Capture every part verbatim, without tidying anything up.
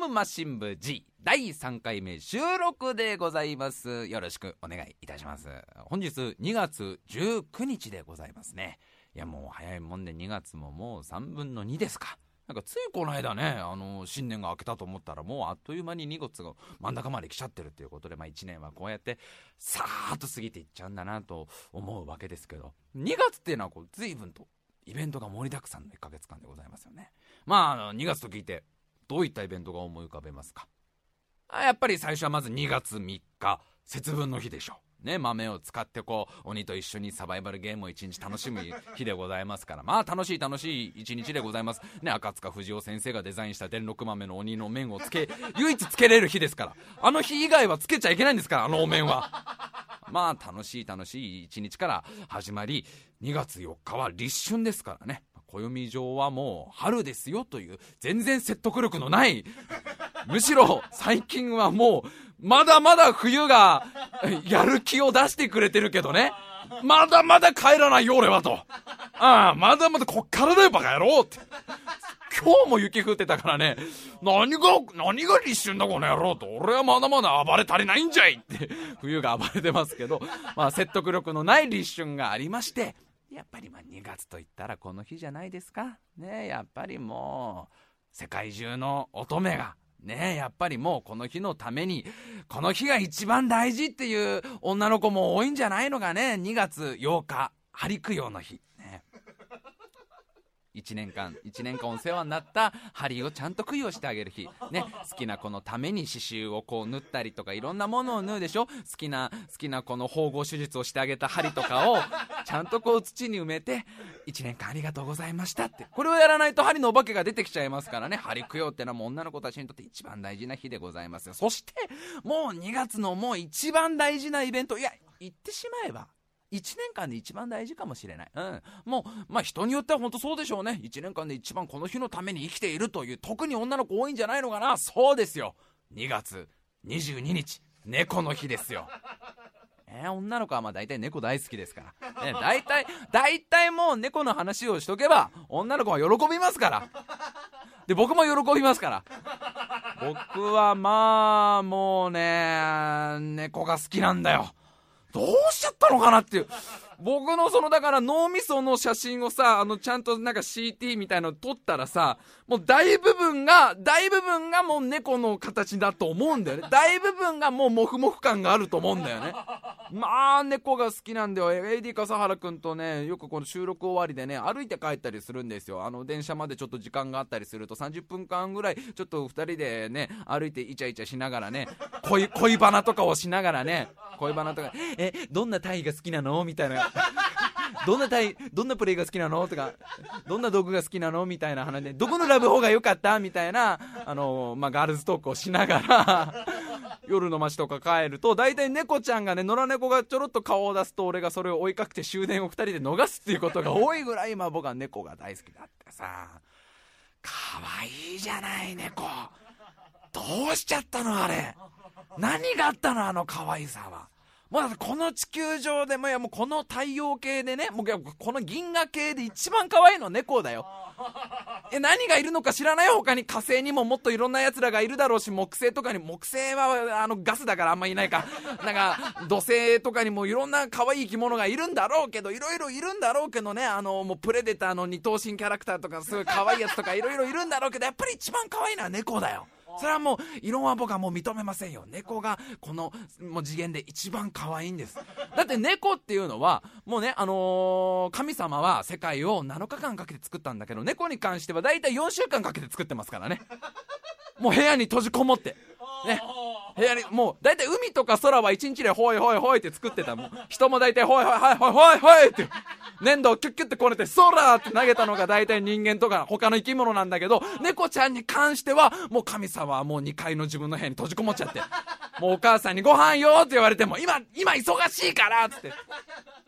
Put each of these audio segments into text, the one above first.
ムマシン部 G だいさんかいめ収録でございます。よろしくお願いいたします。本日にがつじゅうくにちでございますね。いやもう早いもんでにがつももうさんぶんのにですか。なんかついこの間ね、あの新年が明けたと思ったらもうあっという間ににがつが真ん中まで来ちゃってるっていうことで、まあいちねんはこうやってさーっと過ぎていっちゃうんだなと思うわけですけど、にがつっていうのはこう随分とイベントが盛りだくさんのいっかげつかんでございますよね。まあ、あのにがつと聞いてどういったイベントが思い浮かべますか？あ、やっぱり最初はまずにがつみっか節分の日でしょね。豆を使ってこう鬼と一緒にサバイバルゲームを一日楽しむ日でございますから、まあ楽しい楽しい一日でございますね。赤塚不二夫先生がデザインした電録豆の鬼の面をつけ唯一つけれる日ですから、あの日以外はつけちゃいけないんですから、あのお面は。まあ楽しい楽しい一日から始まり、にがつよっかは立春ですからね。暦上はもう春ですよという全然説得力のない、むしろ最近はもうまだまだ冬がやる気を出してくれてるけどね、まだまだ帰らないよ俺はと、ああまだまだこっからだよバカ野郎って。今日も雪降ってたからね、何が何が立春だこの野郎と、俺はまだまだ暴れ足りないんじゃいって冬が暴れてますけど、まあ説得力のない立春がありまして、やっぱりまあにがつといったらこの日じゃないですかね。やっぱりもう世界中の乙女がね、やっぱりもうこの日のためにこの日が一番大事っていう女の子も多いんじゃないのかね。にがつようか針供養の日ね。いちねんかんいちねんかんお世話になった針をちゃんと供養してあげる日ね。好きな子のために刺繍をこう縫ったりとかいろんなものを縫うでしょ。好きな好きな子の縫合手術をしてあげた針とかをちゃんとこう土に埋めていちねんかんありがとうございましたって、これをやらないと針のお化けが出てきちゃいますからね。針供養ってのはもう女の子たちにとって一番大事な日でございますよ。そしてもうにがつのもう一番大事なイベント、いや言ってしまえばいちねんかんで一番大事かもしれない、うん、もうまあ人によっては本当そうでしょうね。いちねんかんで一番この日のために生きているという特に女の子多いんじゃないのかな。そうですよ、にがつにじゅうににち猫の日ですよ。えー、女の子はまあ大体猫大好きですから、ね、大体大体もう猫の話をしとけば女の子は喜びますから、で僕も喜びますから。僕はまあもうね猫が好きなんだよ。どうしちゃったのかなっていう、僕のそのだから脳みその写真をさ、あのちゃんとなんか シーティー みたいなの撮ったらさ、もう大部分が大部分がもう猫の形だと思うんだよね。大部分がもうモフモフ感があると思うんだよね。まあ猫が好きなんだよ。 エーディー 笠原くんとねよくこの収録終わりでね歩いて帰ったりするんですよ。あの電車までちょっと時間があったりするとさんじゅっぷんかんぐらいちょっとふたりでね歩いてイチャイチャしながらね恋恋バナとかをしながらね恋バナとか、えどんなタイが好きなのみたいなどんなタイどんなプレイが好きなのとか、どんな道具が好きなのみたいな話で、どこのラブホが良かったみたいなあの、まあ、ガールズトークをしながら夜の街とか帰ると大体猫ちゃんがね野良猫がちょろっと顔を出すと俺がそれを追いかけて終電をふたりで逃すっていうことが多いぐらい、まあ、僕は猫が大好きだってさ。かわいいじゃない猫。どうしちゃったのあれ。何があったのあの可愛さは。もうこの地球上でも、いやもうこの太陽系でね、もうこの銀河系で一番可愛いの猫だよ。え何がいるのか知らない。他に火星にももっといろんなやつらがいるだろうし、木星とかに、木星はあのガスだからあんまいないか、なんか土星とかにもいろんな可愛い生き物がいるんだろうけど、いろいろいるんだろうけどね、あのもうプレデターの二頭身キャラクターとかすごい可愛いやつとかいろいろいるんだろうけど、やっぱり一番可愛いのは猫だよ。それはもう異論は僕はもう認めませんよ。猫がこのもう次元で一番可愛いんです。だって猫っていうのはもうね、あのー、神様は世界をなのかかんかけて作ったんだけど、猫に関してはだいたいよんしゅうかんかけて作ってますからね。もう部屋に閉じこもってね、部屋にもうだいたい海とか空はいちにちでホイホイホイって作ってた。もう人もだいたいホイホイホイホイホイホイって粘土をキュッキュッてこねて空って投げたのがだいたい人間とか他の生き物なんだけど、猫ちゃんに関してはもう神様はもうにかいの自分の部屋に閉じこもっちゃって、もうお母さんにご飯よって言われても今今忙しいからっつって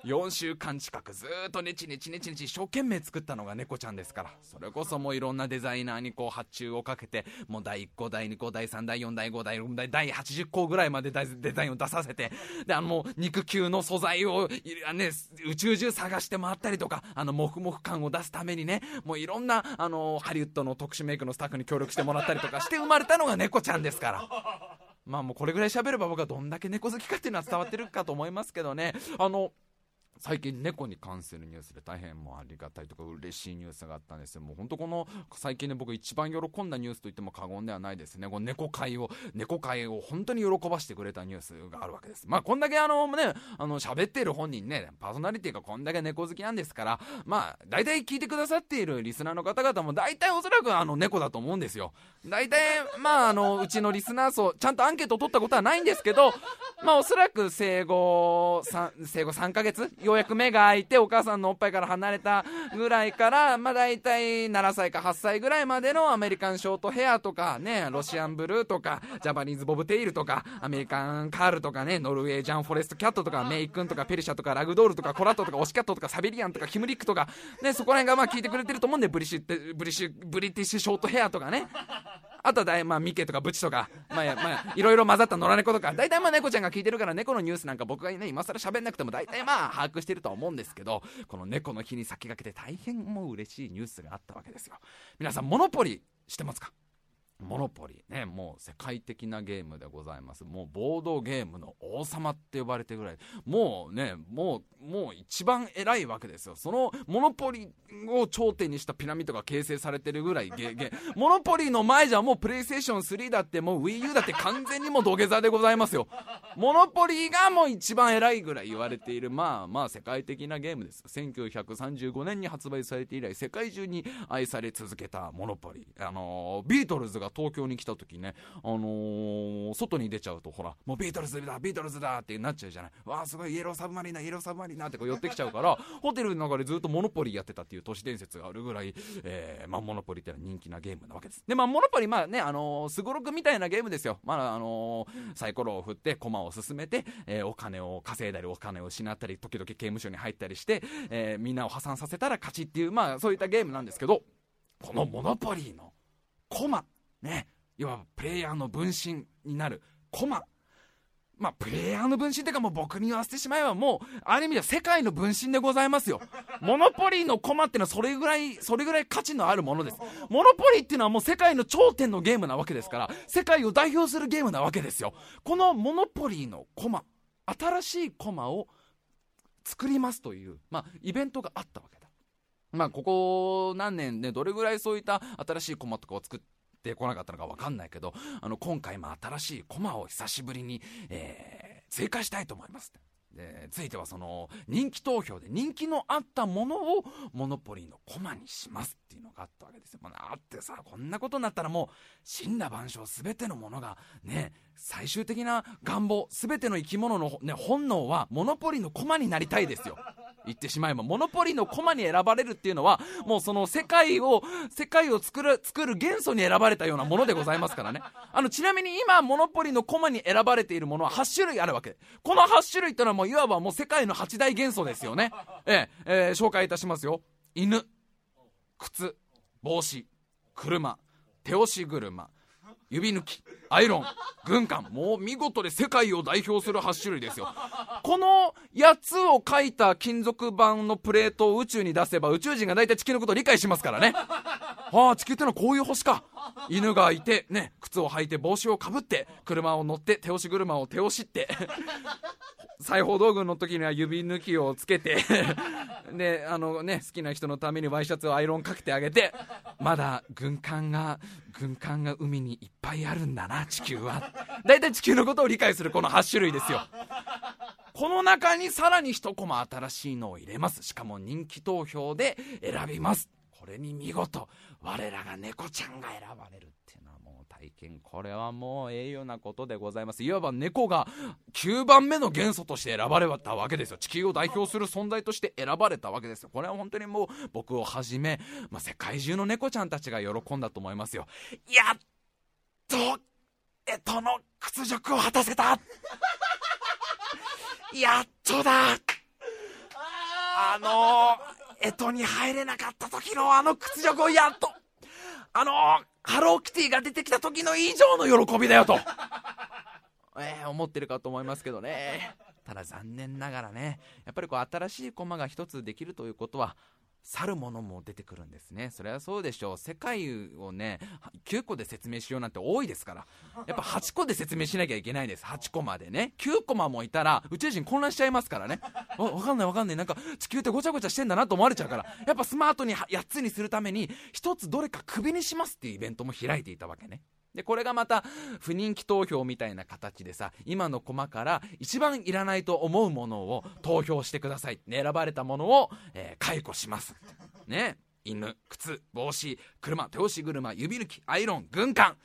よんしゅうかん近くずーっとネチネチネチネチ一生懸命作ったのが猫ちゃんですから、それこそもういろんなデザイナーにこう発注をかけて、もうだいいっこだいにこだいさんだいよんだいごだいろくだいだいはちじゅっこぐらいまでデザインを出させて、であのもう肉球の素材を、ね、宇宙中探して回ったりとか、あのモフモフ感を出すためにね、もういろんなあのハリウッドの特殊メイクのスタッフに協力してもらったりとかして生まれたのが猫ちゃんですから。まあもうこれぐらい喋れば僕はどんだけ猫好きかっていうのは伝わってるかと思いますけどね。あの最近猫に関するニュースで大変もうありがたいとか嬉しいニュースがあったんですよ。もう本当この最近ね、僕一番喜んだニュースと言っても過言ではないですね。この猫界を猫界を本当に喜ばしてくれたニュースがあるわけです。まあこんだけあのね、あの喋っている本人ね、パーソナリティがこんだけ猫好きなんですから、まあ大体聞いてくださっているリスナーの方々も大体おそらくあの猫だと思うんですよ。大体まああのうちのリスナー層ちゃんとアンケートを取ったことはないんですけど、まあおそらく生後さん生後さんかげつ、ようやく目が開いてお母さんのおっぱいから離れたぐらいから、まあ大体ななさいかはっさいぐらいまでのアメリカンショートヘアとかね、ロシアンブルーとかジャパニーズボブテイルとかアメリカンカールとかね、ノルウェージャンフォレストキャットとかメイクンとかペルシャとかラグドールとかコラットとかオシキャットとかサビリアンとかキムリックとかね、そこら辺がまあ聞いてくれてると思うんで、ブリシッブリシブリティッシュショートヘアとかね、あとはだい、まあ、ミケとかブチとか、まあ、まあ、いろいろ混ざった野良猫とか、大体まあ猫ちゃんが聞いてるから、猫のニュースなんか僕がね、今更喋んなくても大体まあ把握してるとは思うんですけど、この猫の日に先駆けて大変もう嬉しいニュースがあったわけですよ。皆さんモノポリしてますか？モノポリね、もう世界的なゲームでございます。もうボードゲームの王様って呼ばれてるぐらい、もうね、もうもう一番偉いわけですよ。そのモノポリを頂点にしたピラミッドが形成されてるぐらいゲゲモノポリの前じゃもうプレイステーションスリーだってもう Wii U だって完全にもう土下座でございますよ。モノポリがもう一番偉いぐらい言われている、まあまあ世界的なゲームです。せんきゅうひゃくさんじゅうごねんに発売されて以来世界中に愛され続けたモノポリ。あのー、ビートルズが東京に来た時ね、あのー、外に出ちゃうとほらもうビートルズだビートルズだってなっちゃうじゃない。わあすごいイエローサブマリーナイエローサブマリーナってこう寄ってきちゃうからホテルの中でずっとモノポリーやってたっていう都市伝説があるぐらい、えー、まあモノポリってのは人気なゲームなわけです。でまあモノポリまあね、あのすごろくみたいなゲームですよ。まああのー、サイコロを振って駒を進めて、えー、お金を稼いだりお金を失ったり時々刑務所に入ったりして、えー、みんなを破産させたら勝ちっていう、まあそういったゲームなんですけど、このモノポリーの駒ね、要はプレイヤーの分身になるコマ、まあプレイヤーの分身っていうかもう僕に言わせてしまえばもうある意味では世界の分身でございますよ。モノポリーのコマっていうのはそれぐらいそれぐらい価値のあるものです。モノポリーっていうのはもう世界の頂点のゲームなわけですから、世界を代表するゲームなわけですよ。このモノポリーのコマ、新しいコマを作りますという、まあ、イベントがあったわけだ。まあここ何年ね、どれぐらいそういった新しいコマとかを作ってで来なかったのか分かんないけど、あの今回も新しいコマを久しぶりに、えー、追加したいと思います。でついてはその人気投票で人気のあったものをモノポリーのコマにしますっていうのがあったわけですよ。まあ、あってさ、こんなことになったらもう森羅万象全てのものがね、最終的な願望、全ての生き物の、ね、本能はモノポリーのコマになりたいですよ。言ってしまえばモノポリーのコマに選ばれるっていうのはもうその世界を世界を作る作る元素に選ばれたようなものでございますからね。あのちなみに今モノポリーのコマに選ばれているものははちしゅるいあるわけ。このはちしゅるいっていうのはもういわばもう世界のはちだい元素ですよね。えええー、紹介いたしますよ。犬、靴、帽子、車、手押し車、指抜き、アイロン、軍艦、もう見事で世界を代表するはちしゅるいですよ。このやつを書いた金属板のプレートを宇宙に出せば宇宙人が大体地球のことを理解しますからね。ああ、地球ってのはこういう星か。犬がいてね、靴を履いて帽子をかぶって車を乗って手押し車を手押しって裁縫道具の時には指抜きをつけてであのね、好きな人のためにワイシャツをアイロンかけてあげて、まだ軍艦が軍艦が海にいっぱいあるんだな地球は。だいたい地球のことを理解するこのはちしゅるいですよ。この中にさらに一コマ新しいのを入れます。しかも人気投票で選びます。これに見事我らが猫ちゃんが選ばれるっていうのはもう体験、これはもう栄誉なことでございます。いわば猫がきゅうばんめの元素として選ばれたわけですよ。地球を代表する存在として選ばれたわけですよ。これは本当にもう僕をはじめ、まあ、世界中の猫ちゃんたちが喜んだと思いますよ。やっと干支の屈辱を果たせたやっとだあのー、干支に入れなかった時のあの屈辱をやっと、あのー、ハローキティが出てきた時の以上の喜びだよと、えー、思ってるかと思いますけどね。ただ残念ながらね、やっぱりこう新しいコマが一つできるということは去るものも出てくるんですね。それはそうでしょう。世界をねきゅうこで説明しようなんて多いですから、やっぱはちこで説明しなきゃいけないです。はちコマでね、きゅうコマもいたら宇宙人混乱しちゃいますからね。わかんないわかんない、なんか地球ってごちゃごちゃしてんだなと思われちゃうから、やっぱスマートにやっつにするために一つどれかクビにしますっていうイベントも開いていたわけね。でこれがまた不人気投票みたいな形でさ、今のコマから一番いらないと思うものを投票してください、選ばれたものを、えー、解雇しますね。犬、靴、帽子、車、手押し車、指抜き、アイロン、軍艦、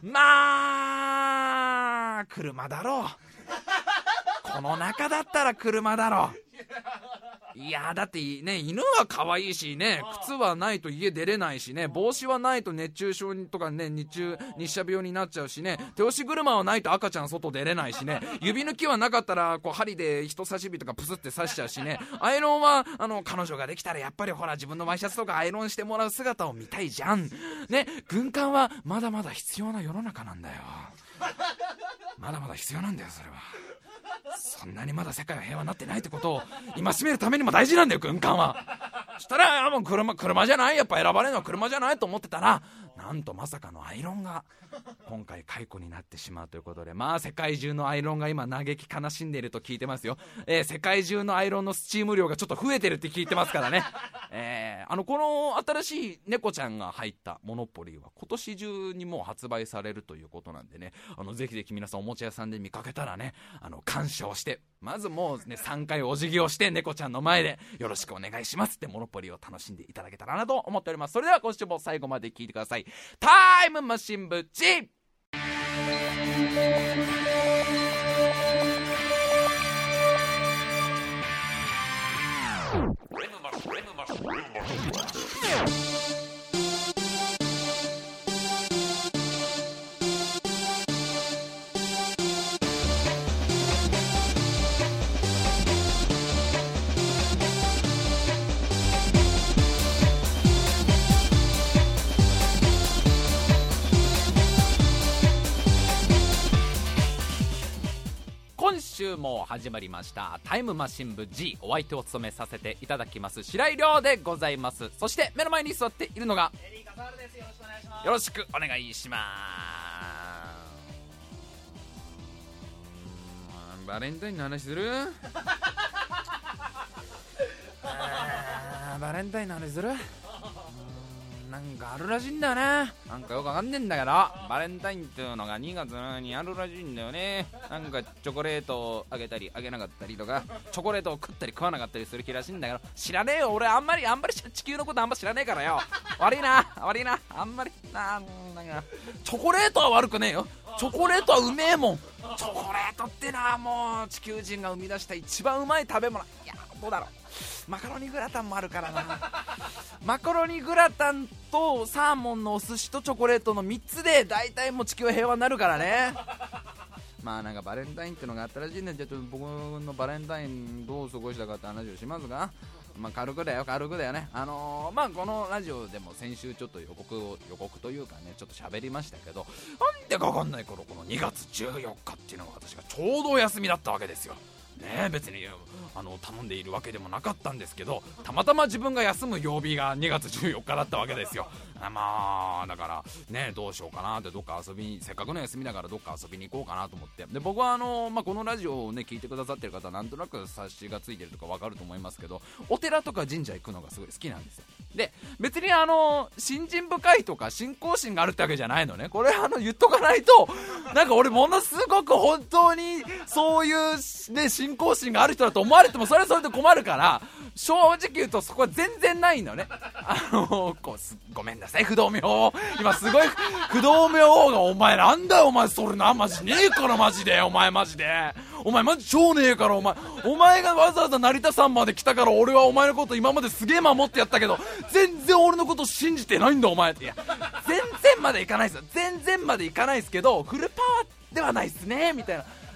まあ車だろうこの中だったら車だろう。いやだってね、犬は可愛いしね、靴はないと家出れないしね、帽子はないと熱中症とかね、日中日射病になっちゃうしね、手押し車はないと赤ちゃん外出れないしね、指抜きはなかったらこう針で人差し指とかプスって刺しちゃうしね、アイロンはあの彼女ができたらやっぱりほら自分のワイシャツとかアイロンしてもらう姿を見たいじゃんね。軍艦はまだまだ必要な世の中なんだよ。まだまだ必要なんだよ。それはそんなにまだ世界は平和になってないってことを戒めるためにも大事なんだよ、軍艦は。そしたらもう 車, 車じゃない、やっぱ選ばれるのは車じゃないと思ってたら、なんとまさかのアイロンが今回解雇になってしまうということで、まあ世界中のアイロンが今嘆き悲しんでいると聞いてますよ、えー、世界中のアイロンのスチーム量がちょっと増えてるって聞いてますからね、えー、あのこの新しい猫ちゃんが入ったモノポリーは今年中にもう発売されるということなんでね、あのぜひぜひ皆さんおもちゃ屋さんで見かけたらね、あの鑑賞してまずもうねさんかいお辞儀をして猫ちゃんの前でよろしくお願いしますってモノポリーを楽しんでいただけたらなと思っております。それでは今週も最後まで聞いてください。タイムマシン部 G。 今週も始まりましたタイムマシン部 G。 お相手を務めさせていただきます白井亮でございます。そして目の前に座っているのがエリー・カサールです。よろしくお願いします。よろしくお願いします。バレンタインの話するあバレンタインの話するなんかあるらしいんだよね。なんかよくわかんねえんだけど、バレンタインっていうのがにがつにあるらしいんだよね。なんかチョコレートをあげたりあげなかったりとか、チョコレートを食ったり食わなかったりする日らしいんだけど、知らねえよ俺。あんまりあんまり地球のことあんま知らねえからよ。悪いな悪いなあんまりな。なんかチョコレートは悪くねえよ。チョコレートはうめえもん。チョコレートってのはもう地球人が生み出した一番うまい食べ物。いやどうだろう、マカロニグラタンもあるからな。マカロニグラタンとサーモンのお寿司とチョコレートのみっつで大体もう地球は平和になるからね。まあなんかバレンタインってのがあったらしいんで、ちょっと僕のバレンタインどう過ごしたかって話をしますが、まあ軽くだよ軽くだよね。あのー、まあこのラジオでも先週ちょっと予告を予告というかねちょっと喋りましたけど、なんでかわかんない頃このにがつじゅうよっかっていうのが私がちょうどお休みだったわけですよね。別にあの頼んでいるわけでもなかったんですけど、たまたま自分が休む曜日がにがつじゅうよっかだったわけですよ。まあだからねどうしようかなって、どっか遊びにせっかくの休みだからどっか遊びに行こうかなと思って、で僕はあの、まあ、このラジオをね聞いてくださってる方はなんとなく察しがついてるとかわかると思いますけど、お寺とか神社行くのがすごい好きなんですよ。で別にあの信心深いとか信仰心があるってわけじゃないのね。これあの言っとかないとなんか俺ものすごく本当にそういうね信仰心がある人だと思われてもそれはそれで困るから、正直言うとそこは全然ないのね。あのこうすごめんなさい不動明王、今すごい不動明王がお前なんだよお前それなマジねえからマジでお前マジでお前マジ超ねえからお前お前がわざわざ成田山まで来たから俺はお前のこと今まですげえ守ってやったけど全然俺のこと信じてないんだお前って。いや全然までいかないですよ、全然までいかないですけどフルパワーではないっすねみたいな。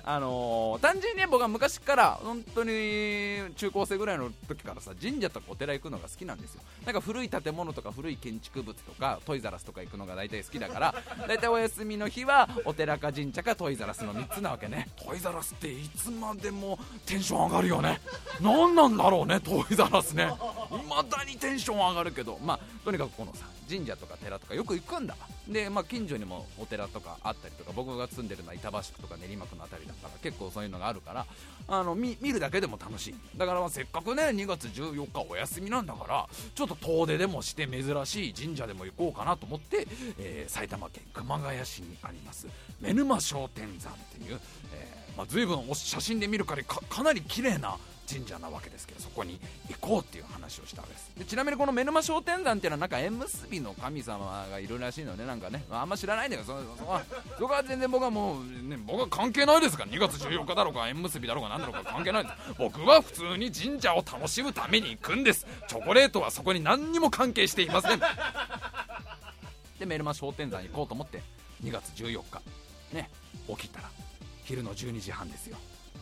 あのー、単純にね僕は昔から本当に中高生ぐらいの時からさ神社とかお寺行くのが好きなんですよ。なんか古い建物とか古い建築物とかトイザラスとか行くのが大体好きだから大体お休みの日はお寺か神社かトイザラスのみっつなわけね。トイザラスっていつまでもテンション上がるよね。何なんだろうねトイザラスね。未だにテンション上がるけど、まあとにかくこのさ神社とか寺とかよく行くんだ。で、まあ、近所にもお寺とかあったりとか、僕が住んでるのは板橋区とか練馬区のあたりだから結構そういうのがあるからあの 見, 見るだけでも楽しい。だからまあせっかくねにがつじゅうよっかお休みなんだからちょっと遠出でもして珍しい神社でも行こうかなと思って、えー、埼玉県熊谷市にあります妻沼商店山っていう、えーまあ、随分写真で見るから か, かなり綺麗な神社なわけですけど、そこに行こうっていう話をしたわけです。でちなみにこの妻沼商店山っていうのはなんか縁結びの神様がいるらしいので、なんかね、まあ、あんま知らないんだけど そ, そ, そ, そこは全然僕はもう、ね、僕は関係ないですから。にがつじゅうよっかだろうか縁結びだろうか何だろうか関係ないです。僕は普通に神社を楽しむために行くんです。チョコレートはそこに何にも関係していません。で妻沼商店山行こうと思ってにがつじゅうよっかね起きたら昼のじゅうにじはんですよ。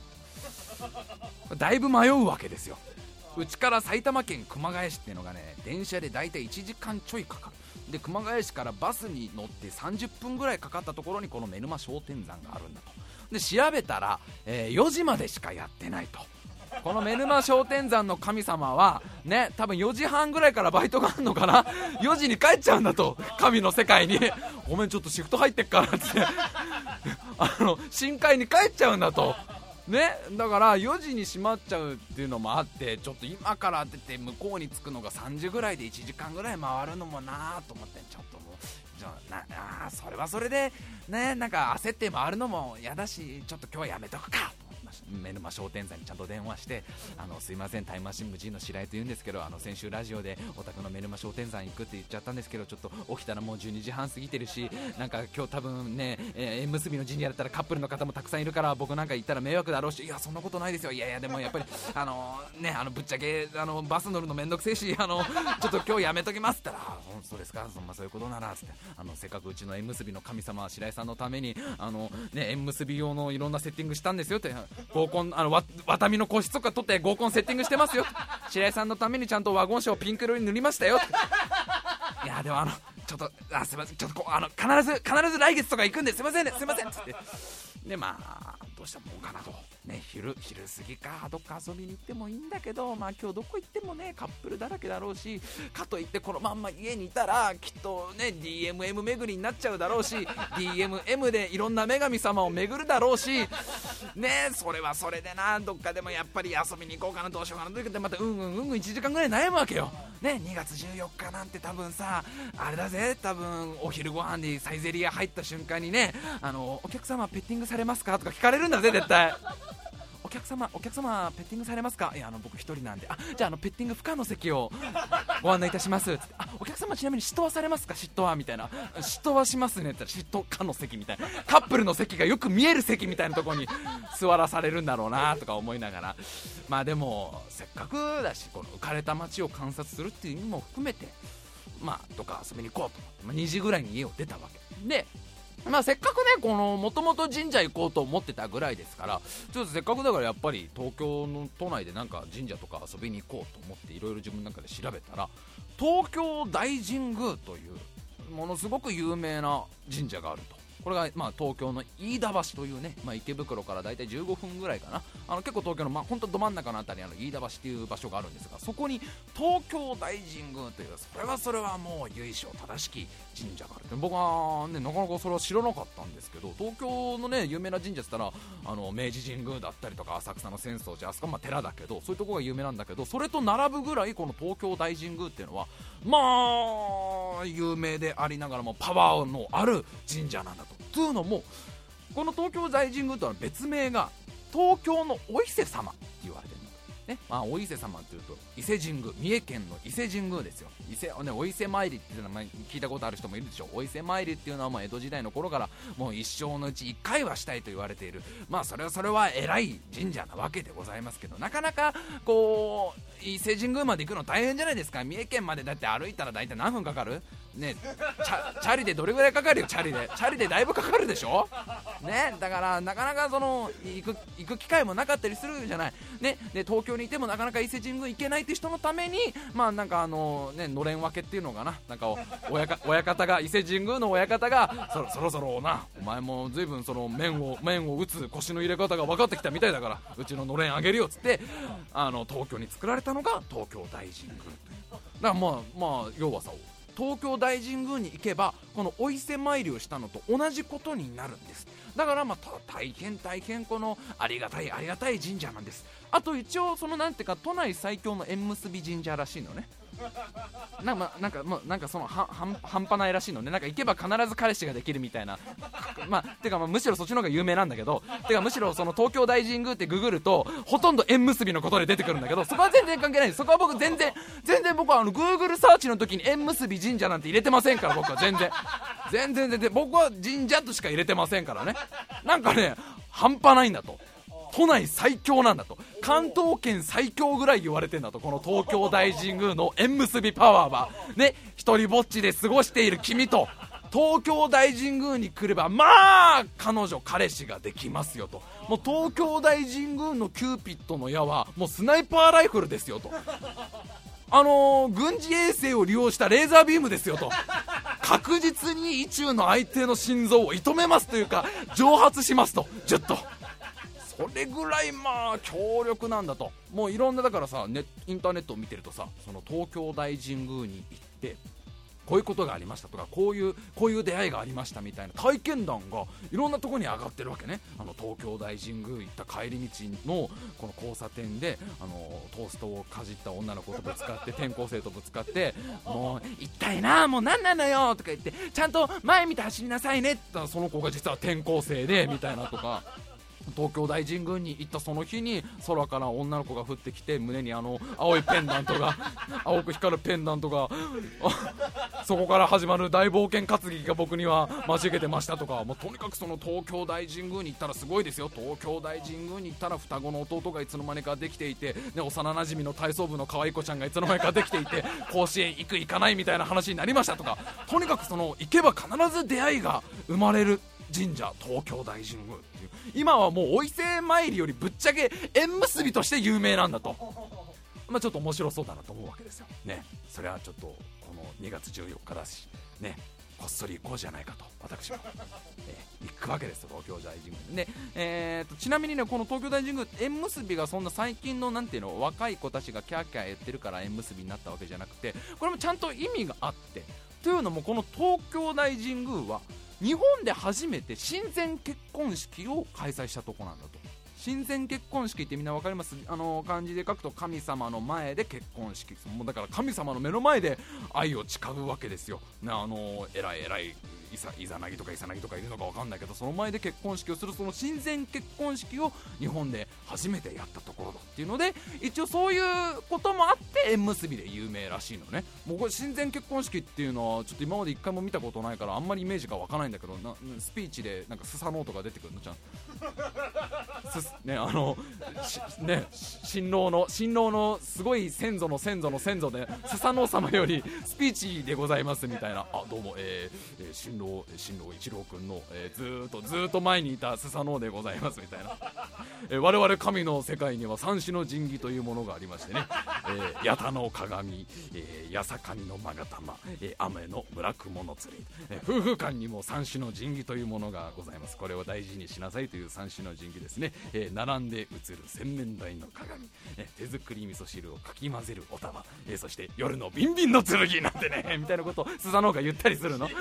だいぶ迷うわけですよ。うちから埼玉県熊谷市っていうのがね電車でだいたいいちじかんちょいかかる。で熊谷市からバスに乗ってさんじゅっぷんぐらいかかったところにこの妻沼商店山があるんだと。で調べたら、えー、よじまでしかやってないと。この妻沼商店山の神様はね多分よじはんぐらいからバイトがあるのかな。よじに帰っちゃうんだと、神の世界に。ごめんちょっとシフト入ってっからってあの深海に帰っちゃうんだとね、だからよじに閉まっちゃうっていうのもあって、ちょっと今から出て向こうに着くのがさんじぐらいでいちじかんぐらい回るのもなーと思って、ちょっともうじゃあなあそれはそれでね、なんか焦って回るのも嫌だし、ちょっと今日はやめとくかと思いました。妻沼商店山にちゃんと電話して、あのすいませんタイムマシン無人の白井と言うんですけど、あの先週ラジオでお宅の妻沼商店山行くって言っちゃったんですけど、ちょっと起きたらもうじゅうにじはん過ぎてるし、なんか今日多分ね、えー、縁結びの神社だったらカップルの方もたくさんいるから僕なんか行ったら迷惑だろうし、いやそんなことないですよ、いやいやでもやっぱりあのー、ねあのぶっちゃけあのバス乗るのめんどくせえし、あのちょっと今日やめときますって言ったら、そうですか、そんなそういうことならつって、あのせっかくうちの縁結びの神様白井さんのためにあのね縁結び用のいろんなセッティングしたんですよって、合コンあのわ渡みの個室とか取って合コンセッティングしてますよ、白井さんのためにちゃんとワゴン車をピンク色に塗りましたよいやでもあのちょっとあすいませんちょっとこうあの必ず必ず来月とか行くんですいませんねすいませんっつって、でまあどうしたもんかなとね、昼昼過ぎかどっか遊びに行ってもいいんだけど、まあ今日どこ行ってもねカップルだらけだろうし、かといってこのまんま家にいたらきっとね ディーエムエム 巡りになっちゃうだろうし、 ディーエムエム でいろんな女神様を巡るだろうしね、それはそれでな、どっかでもやっぱり遊びに行こうかなどうしようかなと言ってまたうんうんうんうんいちじかんぐらい悩むわけよね。にがつじゅうよっかなんて多分さあれだぜ、多分お昼ご飯にサイゼリヤ入った瞬間にね、あのお客様ペッティングされますかとか聞かれるんだぜ絶対。お客様お客様ペッティングされますか、いやあの僕一人なんで、あじゃあ、あのペッティング不可の席をご案内いたしますつって、あお客様ちなみに嫉妬はされますか、嫉妬はみたいな、嫉妬はしますねって言ったら嫉妬可の席みたいな、カップルの席がよく見える席みたいなところに座らされるんだろうなとか思いながら、まあでもせっかくだしこの浮かれた街を観察するっていう意味も含めてまあどっか遊びに行こうと思って、まあ、にじぐらいに家を出たわけで、まあせっかくねこのもともと神社行こうと思ってたぐらいですから、ちょっとせっかくだからやっぱり東京の都内でなんか神社とか遊びに行こうと思っていろいろ自分の中で調べたら、東京大神宮というものすごく有名な神社があると。これがまあ東京の飯田橋というね、まあ、池袋からだいたいじゅうごふんぐらいかな、あの結構東京の、まあ、本当ど真ん中のあたりにあの飯田橋という場所があるんですが、そこに東京大神宮というそれはそれはもう由緒正しき神社があるって、僕はねなかなかそれは知らなかったんですけど、東京のね有名な神社って言ったらあの明治神宮だったりとか浅草の浅草寺、あそこはまあ寺だけどそういうところが有名なんだけど、それと並ぶぐらいこの東京大神宮っていうのはまあ有名でありながらもパワーのある神社なんだと。というのもこの東京大神宮とは別名が東京のお伊勢様って言われてるんだと、ねまあ、お伊勢様っていうと伊勢神宮、三重県の伊勢神宮ですよ。伊勢、ね、お伊勢参りっていうのは聞いたことある人もいるでしょう。お伊勢参りっていうのはもう江戸時代の頃からもう一生のうちいっかいはしたいと言われている、まあそれはそれは偉い神社なわけでございますけど、なかなかこう伊勢神宮まで行くの大変じゃないですか。三重県までだって歩いたら大体何分かかるね、チャ、チャリでどれぐらいかかるよ。チャリでチャリでだいぶかかるでしょ、ね、だからなかなかその行く、行く機会もなかったりするじゃない、ね、で東京にいてもなかなか伊勢神宮行けないって人のために、まあなんかあのね、のれん分けっていうのかな、なんか親か親方が伊勢神宮の親方がそろそろそろな、お前も随分その面を面を打つ腰の入れ方が分かってきたみたいだから、うちののれんあげるよっつってあの東京に作られたのが東京大神宮という。だからまあまあ要はさ、東京大神宮に行けばこのお伊勢参りをしたのと同じことになるんです。だからまあ大変大変このありがたいありがたい神社なんです。あと一応そのなんていうか都内最強の縁結び神社らしいのね。なんかなんかもうなんかそのはは半端ないらしいのね。なんか行けば必ず彼氏ができるみたいな。まあてかまあむしろそっちの方が有名なんだけど、てかむしろその東京大神宮ってググるとほとんど縁結びのことで出てくるんだけど、そこは全然関係ないです。そこは僕全然全然僕はあの Google サーチの時に縁結び神社なんて入れてませんから、僕は全然全然全然僕は神社としか入れてませんからね。なんかね半端ないんだと。都内最強なんだと、関東圏最強ぐらい言われてんだと、この東京大神宮の縁結びパワーはね、一人ぼっちで過ごしている君と東京大神宮に来ればまあ彼女彼氏ができますよと。もう東京大神宮のキューピッドの矢はもうスナイパーライフルですよと、あのー、軍事衛星を利用したレーザービームですよと、確実に意中の相手の心臓を射止めますというか蒸発しますと、ジュッとそれぐらいまあ強力なんだと。もういろんなだからさ、ネインターネットを見てるとさ、その東京大神宮に行ってこういうことがありましたとか、こういうこういう出会いがありましたみたいな体験談がいろんなところに上がってるわけね。あの東京大神宮行った帰り道のこの交差点であのトーストをかじった女の子とぶつかって、転校生とぶつかって、もう一体なもう何なのよとか言って、ちゃんと前見て走りなさいねって言ったら、その子が実は転校生でみたいなとか。東京大神宮に行ったその日に空から女の子が降ってきて、胸にあの青いペンダントが青く光るペンダントがそこから始まる大冒険担ぎが僕には待ち受けてましたとか、もうとにかくその東京大神宮に行ったらすごいですよ。東京大神宮に行ったら双子の弟がいつの間にかできていて、ね、幼なじみの体操部の可愛い子ちゃんがいつの間にかできていて、甲子園行く行かないみたいな話になりましたとか、とにかくその行けば必ず出会いが生まれる神社東京大神宮っていう、今はもうお伊勢参りよりぶっちゃけ縁結びとして有名なんだと。まあちょっと面白そうだなと思うわけですよね。それはちょっとこのにがつじゅうよっかだしね、こっそり行こうじゃないかと私も、えー、行くわけですよ東京大神宮で、えー、とちなみにね、この東京大神宮縁結びがそんな最近のなんていうの若い子たちがキャーキャー言ってるから縁結びになったわけじゃなくて、これもちゃんと意味があって、というのもこの東京大神宮は日本で初めて親善結婚式を開催したとこなんだと。親善結婚式ってみんな分かります？あの漢字で書くと神様の前で結婚式、もうだから神様の目の前で愛を誓うわけですよ、ね、あの偉い偉いイサイザナギとかイサナギとかいるのか分かんないけど、その前で結婚式をするその親善結婚式を日本で初めてやったところだっていうので、一応そういうこともあって縁結びで有名らしいのね。もうこれ親善結婚式っていうのはちょっと今まで一回も見たことないからあんまりイメージが湧かないんだけど、なスピーチでなんかスサノオとか出てくるのちゃんすね、あのね、新郎の新郎のすごい先祖の先祖の先祖でスサノオ様よりスピーチでございますみたいな、あどうも、えーえー、新郎新郎一郎くんの、えー、ずーっとずーっと前にいたスサノオでございますみたいな、えー、我々神の世界には三種の神器というものがありましてね、えー、八田の鏡、えー、八坂神の勾玉、えー、雨の村雲の釣り、えー、夫婦間にも三種の神器というものがございます。これを大事にしなさいという三種の神器ですね、えー、並んで映る洗面台の鏡、えー、手作り味噌汁をかき混ぜるお玉、えー、そして夜のビンビンの剣なんてねみたいなことをスサノオが言ったりするの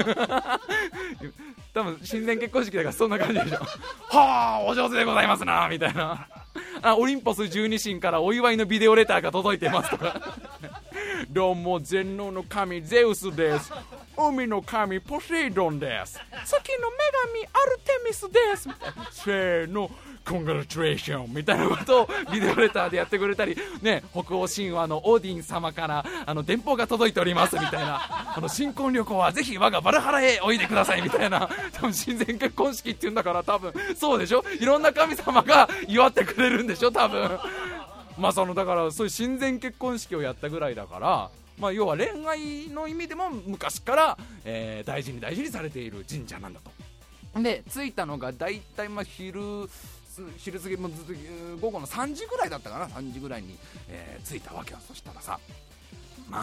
多分親善結婚式だからそんな感じでしょはあお上手でございますなみたいな、あオリンポス十二神からお祝いのビデオレターが届いてますとかどうも全能の神ゼウスです、海の神ポセイドンです、月の女神アルテミスですみたいな、せーのコングラチュレーションみたいなことをビデオレターでやってくれたり、ね、北欧神話のオーディン様からあの電報が届いておりますみたいな、あの新婚旅行はぜひ我がバルハラへおいでくださいみたいな、多分親善結婚式っていうんだから多分そうでしょ、いろんな神様が祝ってくれるんでしょ多分まあそのだからそういう親善結婚式をやったぐらいだから、 まあ、要は恋愛の意味でも昔から、えー、大事に大事にされている神社なんだと。で着いたのがだいたいまあ昼昼過ぎもずっと午後のさんじぐらいだったかな、さんじぐらいに、えー、着いたわけよ。そしたらさ、ま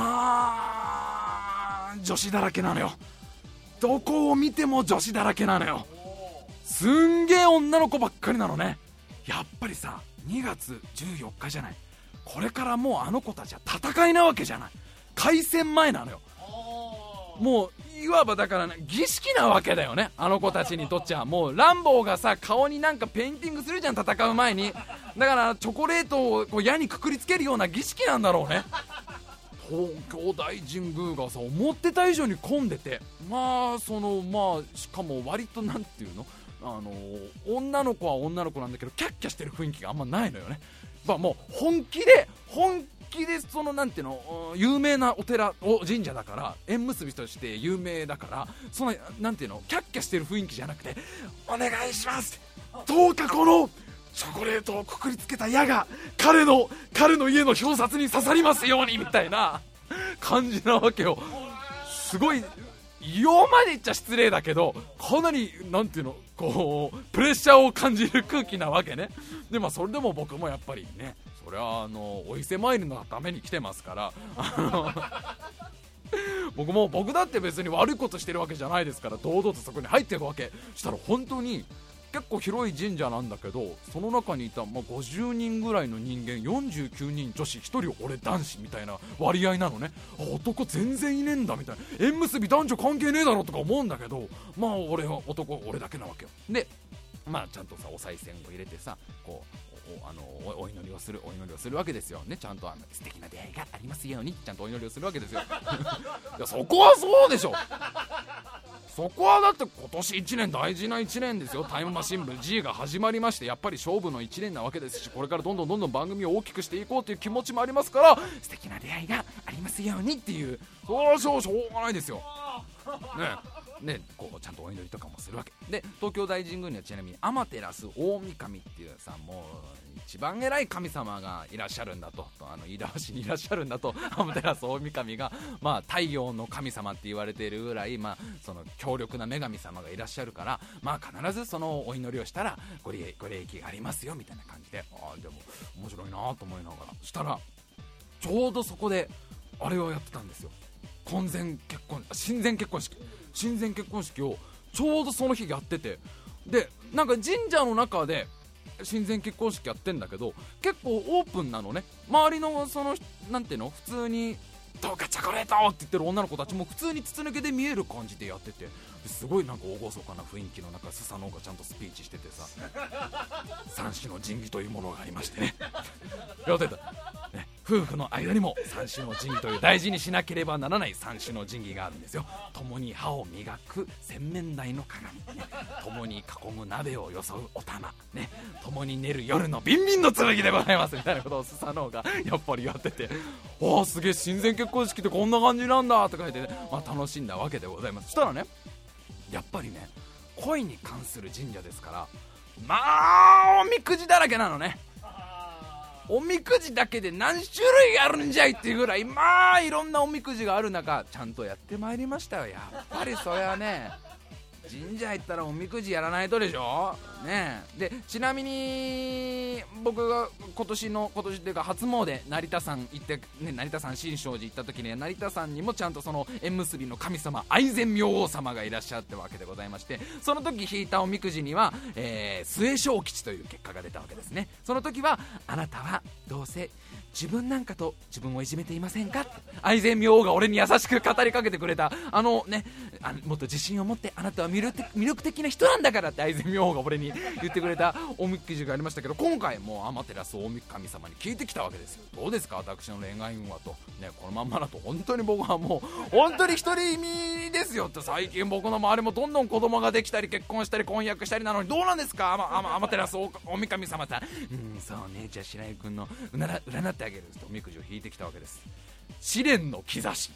あ女子だらけなのよ。どこを見ても女子だらけなのよ。すんげえ女の子ばっかりなのね。やっぱりさにがつじゅうよっかじゃない。これからもうあの子たちは戦いなわけじゃない。開戦前なのよ。もういわばだからね、儀式なわけだよね、あの子たちにとっちゃ。もうランボーがさ顔になんかペインティングするじゃん、戦う前に。だからチョコレートをこう矢にくくりつけるような儀式なんだろうね。東京大神宮がさ思ってた以上に混んでて、まあそのまあしかも割となんていうの、あの女の子は女の子なんだけどキャッキャしてる雰囲気があんまないのよね。まあもう本気で本気でそのなんていうの有名なお寺お神社だから縁結びとして有名だから、そのなんていうのキャッキャしてる雰囲気じゃなくて、お願いします、どうかこのチョコレートをくくりつけた矢が彼の彼の家の表札に刺さりますようにみたいな感じなわけよ。すごいよまで言っちゃ失礼だけど、かなりなんていうのこうプレッシャーを感じる空気なわけね。でまあそれでも僕もやっぱりね、それはあのお伊勢参りのために来てますから、あの僕も僕だって別に悪いことしてるわけじゃないですから、堂々とそこに入ってるわけ。したら本当に結構広い神社なんだけど、その中にいた、まあ、ごじゅうにんぐらいの人間、よんじゅうきゅうにん女子、ひとり俺男子みたいな割合なのね。男全然いねえんだみたいな、縁結び男女関係ねえだろとか思うんだけど、まあ俺は男俺だけなわけよ。でまあちゃんとさお賽銭を入れてさ、こう お, あの お, お祈りをするお祈りをするわけですよね。ちゃんとあの素敵な出会いがありますようにちゃんとお祈りをするわけですよ。いやそこはそうでしょ。そこはだって今年いちねん大事ないちねんですよ。タイムマシン部 G が始まりまして、やっぱり勝負のいちねんなわけですし、これからどんどんどんどん番組を大きくしていこうという気持ちもありますから、素敵な出会いがありますようにっていう、そうそうしょうがないですよね。ね、こうちゃんとお祈りとかもするわけで、東京大神宮にはちなみに天照大神っていうさ、もう一番偉い神様がいらっしゃるんだと、あの飯田橋にいらっしゃるんだと、天照大神が、まあ、太陽の神様って言われているぐらい、まあ、その強力な女神様がいらっしゃるから、まあ、必ずそのお祈りをしたらご利ご利益がありますよみたいな感じで、あでも面白いなと思いながら、そしたらちょうどそこであれをやってたんですよ。婚前結婚親善結婚式親善結婚式をちょうどその日やってて、でなんか神社の中で親善結婚式やってんだけど、結構オープンなのね。周りのそのなんていうの普通にどうかチョコレートって言ってる女の子たちも普通に筒抜けで見える感じでやってて、すごいなんか厳かな雰囲気の中、スサノオがちゃんとスピーチしててさ、三種の神器というものがありましてねやってた、ね、夫婦の間にも三種の神器という大事にしなければならない三種の神器があるんですよ。共に歯を磨く洗面台の鏡、ね、共に囲む鍋をよそうお玉、ね、共に寝る夜のビンビンの剣でございますみたいなことをスサノオがやっぱりやってて、わあすげえ親善結婚式ってこんな感じなんだとか言って、ね、まあ、楽しんだわけでございます。そしたらね、やっぱりね恋に関する神社ですから、まあおみくじだらけなのね。おみくじだけで何種類あるんじゃいっていうぐらい、まあいろんなおみくじがある中、ちゃんとやってまいりましたよ。やっぱりそれはね、神社行ったらおみくじやらないとでしょね。でちなみに僕が今年の今年っていうか初詣成田山行って、ね、成田山新勝寺行った時に成田山にもちゃんとその縁結びの神様愛染明王様がいらっしゃってわけでございまして、その時引いたおみくじには、えー、末小吉という結果が出たわけですね。その時はあなたはどうせ自分なんかと自分をいじめていませんかって、愛染明王が俺に優しく語りかけてくれた、あのね、あのもっと自信を持って、あなたは魅力的、魅力的な人なんだからって愛染明王が俺に言ってくれたおみくじがありましたけど、今回もう天照大神様に聞いてきたわけですよ。どうですか私の恋愛運はと、ね、このまんまだと本当に僕はもう本当に独り身ですよって、最近僕の周りもどんどん子供ができたり結婚したり婚約したりなのにどうなんですか天照大神様さん。うんそうね、じゃあ白井君のうなら占ってあげるとおみくじを引いてきたわけです。試練の兆し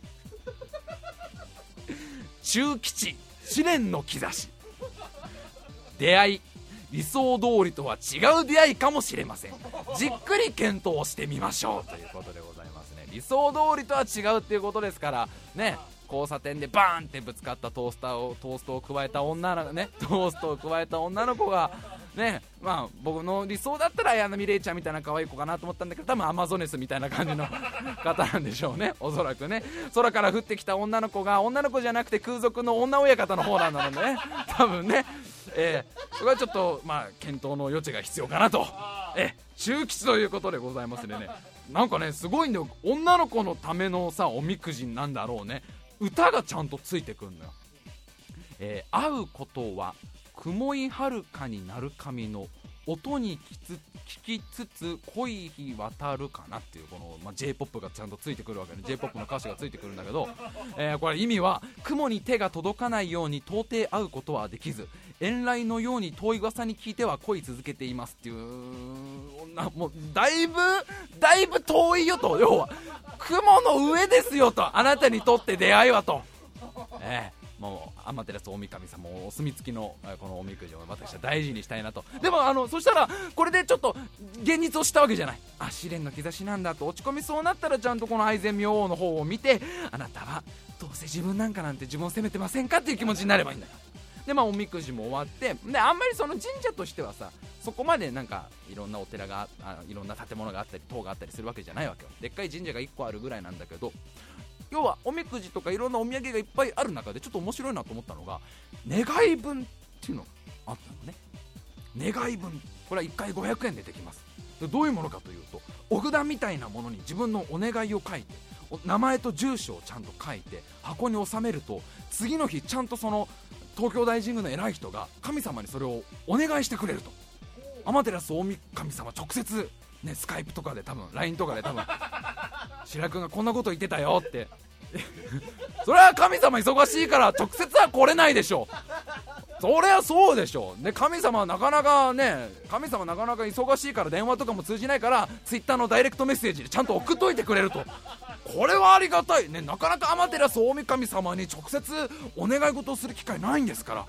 中吉試練の兆し、出会い理想通りとは違う出会いかもしれません。じっくり検討してみましょうということでございますね。 理想通りとは違うっていうことですからね。交差点でバーンってぶつかったトースターをトーストを加えた女のねトーストを加えた女の子がね、まあ僕の理想だったら綾波レイちゃんみたいな可愛い子かなと思ったんだけど、多分アマゾネスみたいな感じの方なんでしょうね、おそらくね。空から降ってきた女の子が女の子じゃなくて空賊の女親方の方なんだろうね、多分ね。えー、それはちょっとまあ検討の余地が必要かなと、えー、中吉ということでございますね。なんかねすごいんだよ、女の子のためのさおみくじなんだろうね。歌がちゃんとついてくるのよ。えー、会うことは雲いはるかになる神の音に聞きつつ恋日渡るかなっていうこの、まあ、J-ポップ がちゃんとついてくるわけで J-ポップ の歌詞がついてくるんだけど、えー、これ意味は雲に手が届かないように到底会うことはできず遠来のように遠い噂に聞いては恋続けていますっていうな、もうだいぶだいぶ遠いよと、要は雲の上ですよと、あなたにとって出会いはと、えーもう天照大神様お墨付きのこのおみくじを私は大事にしたいなと。でもあのそしたらこれでちょっと現実を知ったわけじゃない。あ、試練の兆しなんだと落ち込みそうなったらちゃんとこの愛染明王の方を見て、あなたはどうせ自分なんかなんて自分を責めてませんかっていう気持ちになればいいんだよ。でまあおみくじも終わって、であんまりその神社としてはさそこまでなんかいろんなお寺があいろんな建物があったり塔があったりするわけじゃないわけよ。でっかい神社がいっこあるぐらいなんだけど、要はおみくじとかいろんなお土産がいっぱいある中でちょっと面白いなと思ったのが願い文っていうのがあったのね。願い文、これはいっかいごひゃくえんでできます。でどういうものかというと、お札みたいなものに自分のお願いを書いて名前と住所をちゃんと書いて箱に収めると、次の日ちゃんとその東京大神宮の偉い人が神様にそれをお願いしてくれると。天照大神様直接ね、スカイプとかで多分 ライン とかで多分白君がこんなこと言ってたよってそれは神様忙しいから直接は来れないでしょ。そりゃそうでしょ。で神様はなかなかね神様なかなか忙しいから電話とかも通じないからツイッターのダイレクトメッセージでちゃんと送っといてくれると。これはありがたいね。なかなか天照大神様に直接お願い事をする機会ないんですから、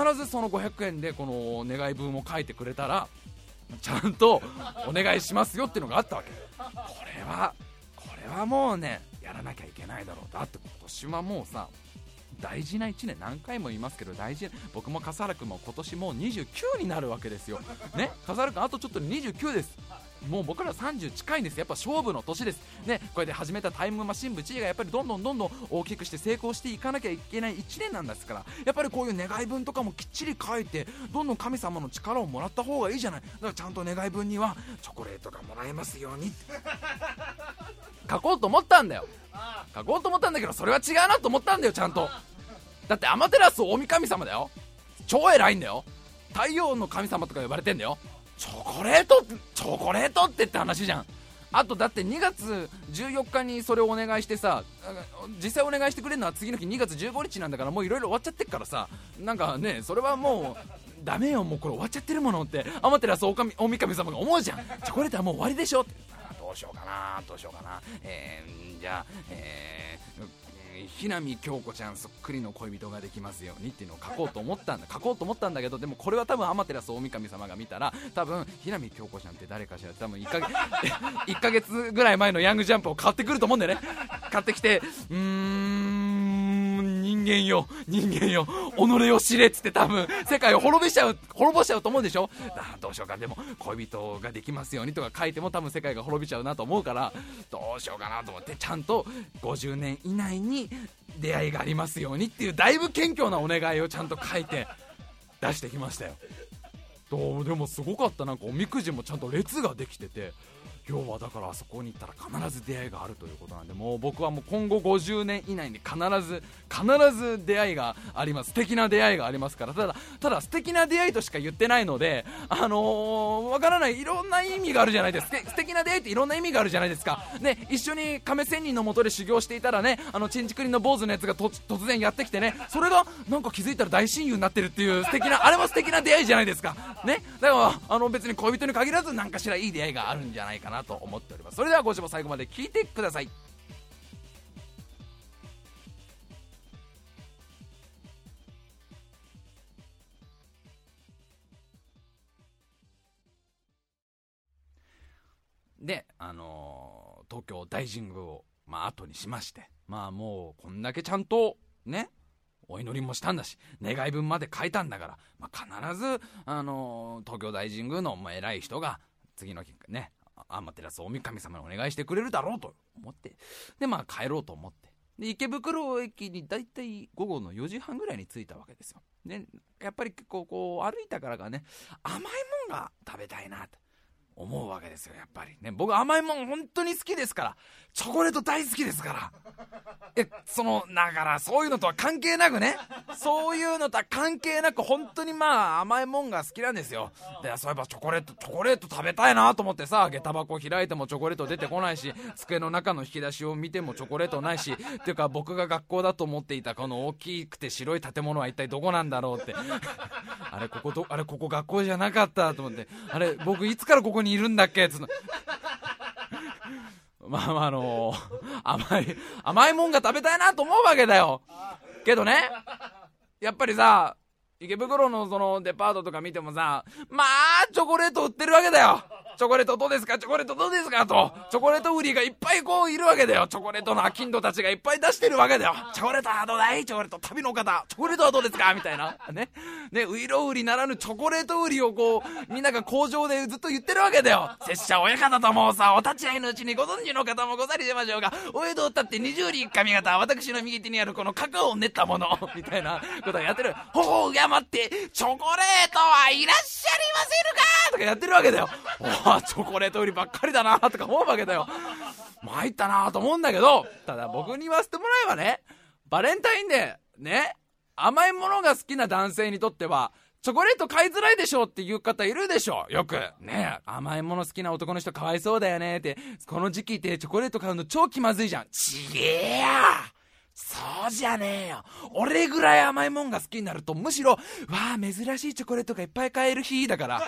必ずそのごひゃくえんでこの願い文を書いてくれたらちゃんとお願いしますよっていうのがあったわけ。これはこれはもうねやらなきゃいけないだろう。だって今年はもうさ大事ないちねん、何回も言いますけど大事な、僕も笠原君も今年もうにじゅうきゅうになるわけですよね。笠原君あとちょっとにじゅうきゅうです。もう僕らさんじゅう近いんです。やっぱ勝負の年ですね。これで始めたタイムマシン部知恵がやっぱりどんどんどんどん大きくして成功していかなきゃいけないいちねんなんですから、やっぱりこういう願い文とかもきっちり書いてどんどん神様の力をもらった方がいいじゃない。だからちゃんと願い文にはチョコレートがもらえますようにって書こうと思ったんだよ。書こうと思ったんだけどそれは違うなと思ったんだよちゃんと。だって天照大神様だよ、超偉いんだよ、太陽の神様とか呼ばれてんだよ。チョコレートチョコレートってって話じゃん。あとだってにがつじゅうよっかにそれをお願いしてさ、実際お願いしてくれるのは次の日にがつじゅうごにちなんだから、もういろいろ終わっちゃってっからさ、なんかねそれはもうダメよ、もうこれ終わっちゃってるものって天照大神大神様が思うじゃん。チョコレートはもう終わりでしょって、どうしようかなどうしようかな、えー、じゃあ、えーひなみ京子ちゃんそっくりの恋人ができますようにっていうのを書こうと思ったんだ書こうと思ったんだけど、でもこれは多分天照大神様が見たら多分ひなみ京子ちゃんって誰かしら多分いっかげついっかげつぐらい前のヤングジャンプを買ってくると思うんだよね。買ってきてうーん人間よ人間よ己を知れっつって多分世界を滅ぼしちゃう滅ぼしちゃうと思うでしょ。あどうしようか、でも恋人ができますようにとか書いても多分世界が滅びちゃうなと思うから、どうしようかなと思ってちゃんとごじゅうねん以内に出会いがありますようにっていうだいぶ謙虚なお願いをちゃんと書いて出してきましたよ。どうでもすごかった。なんかおみくじもちゃんと列ができてて、要はだからあそこに行ったら必ず出会いがあるということなんで、もう僕はもう今後ごじゅうねん以内に必ず必ず出会いがあります。素敵な出会いがありますから。ただただ素敵な出会いとしか言ってないので、あのー、わからない、いろんな意味があるじゃないですか。素敵な出会いっていろんな意味があるじゃないですかね。一緒に亀仙人の元で修行していたらね、あのチンチクリンの坊主のやつがと突然やってきてね、それがなんか気づいたら大親友になってるっていう素敵な、あれも素敵な出会いじゃないですかね。だからあの別に恋人に限らず何かしらいい出会いがあるんじゃないかなと思っております。それではご視聴最後まで聞いてください。で、あの東京大神宮を、まあ、後にしまして、まあもうこんだけちゃんとねお祈りもしたんだし願い文まで書いたんだから、まあ、必ず、あのー、東京大神宮の、まあ、偉い人が次の日ね天照大神様にお願いしてくれるだろうと思って、でまあ帰ろうと思って、で池袋駅にだいたい午後のよじはんぐらいに着いたわけですよ。でやっぱりこう、こう歩いたからかね甘いもんが食べたいなと思うわけですよ。やっぱりね僕甘いもん本当に好きですから、チョコレート大好きですから、えそのだからそういうのとは関係なくねそういうのとは関係なく本当にまあ甘いもんが好きなんですよ。でそういえばチョコレートチョコレート食べたいなと思ってさ、下駄箱開いてもチョコレート出てこないし、机の中の引き出しを見てもチョコレートないし、っていうか僕が学校だと思っていたこの大きくて白い建物は一体どこなんだろうってあれここどあれここ学校じゃなかったと思って、あれ僕いつからここにいるんだっけつのまあまああのー、甘い甘いもんが食べたいなと思うわけだよ。けどねやっぱりさ池袋のそのデパートとか見てもさ、まあチョコレート売ってるわけだよ。チョコレートどうですかチョコレートどうですかとチョコレート売りがいっぱいこういるわけだよ。チョコレートの商人たちがいっぱい出してるわけだよ。チョコレートはどうだいチョコレート旅の方チョコレートはどうですかみたいなねねウイロ売りならぬチョコレート売りをこうみんなが工場でずっと言ってるわけだよ。拙者親方ともさお立ち会いのうちにご存知の方もござりでましょうが、お江戸を立って二十里髪型私の右手にあるこのカカオを練ったものみたいなことをやってる。ほほうやまってチョコレートはいらっしゃいませるかとかやってるわけだよ。おチョコレート売りばっかりだなとか思うわけだよ。参ったなと思うんだけど、ただ僕に言わせてもらえばね、バレンタインデーね甘いものが好きな男性にとってはチョコレート買いづらいでしょっていう方いるでしょよくね。甘いもの好きな男の人かわいそうだよねって、この時期ってチョコレート買うの超気まずいじゃん。ちげえやそうじゃねえよ。俺ぐらい甘いもんが好きになるとむしろわあ珍しいチョコレートがいっぱい買える日だから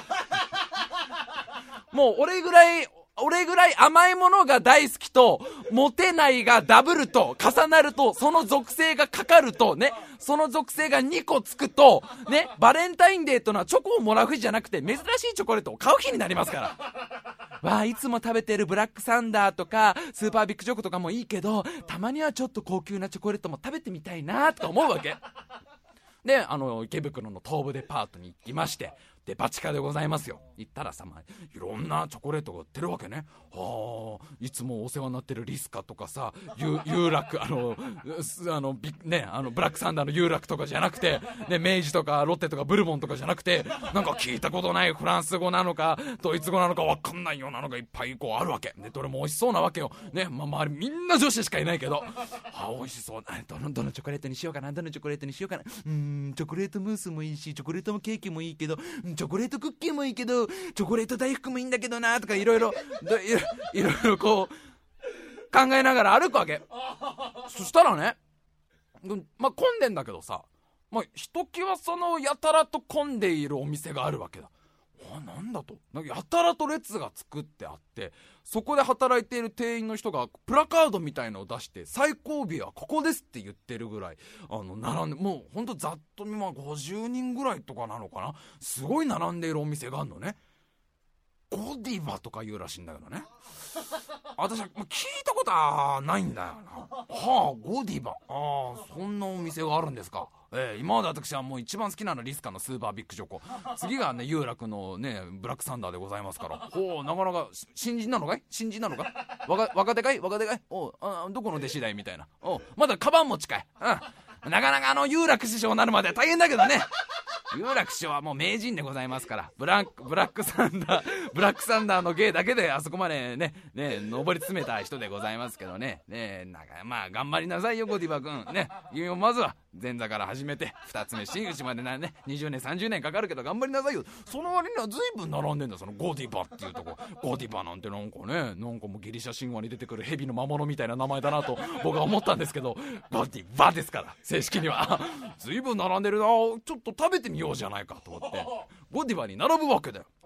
もう俺ぐらい俺ぐらい甘いものが大好きとモテないがダブルと重なると、その属性がかかるとね、その属性がにこつくとね、バレンタインデーというのはチョコをもらう日じゃなくて珍しいチョコレートを買う日になりますからわあいつも食べてるブラックサンダーとかスーパービッグチョコとかもいいけど、たまにはちょっと高級なチョコレートも食べてみたいなとか思うわけで、あの池袋の東武デパートに行きまして、デパ地下でございますよ。行ったらさ、まあ、いろんなチョコレートが売ってるわけね。はあ、いつもお世話になってるリスカとかさ、ゆ有楽あのあのビねあのブラックサンダーの有楽とかじゃなくて、ね明治とかロッテとかブルボンとかじゃなくて、なんか聞いたことないフランス語なのかドイツ語なのかわかんないようなのがいっぱいこうあるわけ。でどれも美味しそうなわけよ。ね、まあ周りみんな女子しかいないけど、はあ美味しそう。どのどのチョコレートにしようかな、どのチョコレートにしようかな。うーんチョコレートムースもいいし、チョコレートケーキもいいけど、チョコレートクッキーもいいけど、チョコレート大福もいいんだけどなとかいろいろいろいろこう考えながら歩くわけ。そしたらね、まあ混んでんだけどさ、まあひときわそのやたらと混んでいるお店があるわけだ。あ、なんだと、なんかやたらと列が作ってあって、そこで働いている店員の人がプラカードみたいのを出して最後尾はここですって言ってるぐらいあの並んで、もうほんとざっと見まごじゅうにんぐらいとかなのかな、すごい並んでいるお店があるのね。ゴディバとか言うらしいんだけどね、私は聞いたことはないんだよな。はあゴディバ、ああそんなお店があるんですか。えー、今まで私はもう一番好きなのはリスカのスーパービッグチョコ、次がね有楽のねブラックサンダーでございますから。ほうなかなか新人なのかい新人なのか若若手かい若手かい、おうあどこの弟子だいみたいな。おうまだカバンも近い、うん、なかなかあの有楽師匠になるまでは大変だけどね有楽師匠はもう名人でございますから、ブラックブラックサンダーブラックサンダーの芸だけであそこまでねね上り詰めた人でございますけどね。ねなんかまあ頑張りなさいよゴディバ君ね。まずは前座から始めてふたつめ真打ちまでなねにじゅうねんさんじゅうねんかかるけど頑張りなさいよ。その割には随分並んでんだそのゴディバっていうとこ。ゴディバなんてなんかねなんかもうギリシャ神話に出てくる蛇の魔物みたいな名前だなと僕は思ったんですけど、ゴディバですから正式には随分並んでるな、ちょっと食べてみようじゃないかと思ってゴディバに並ぶわけだよね。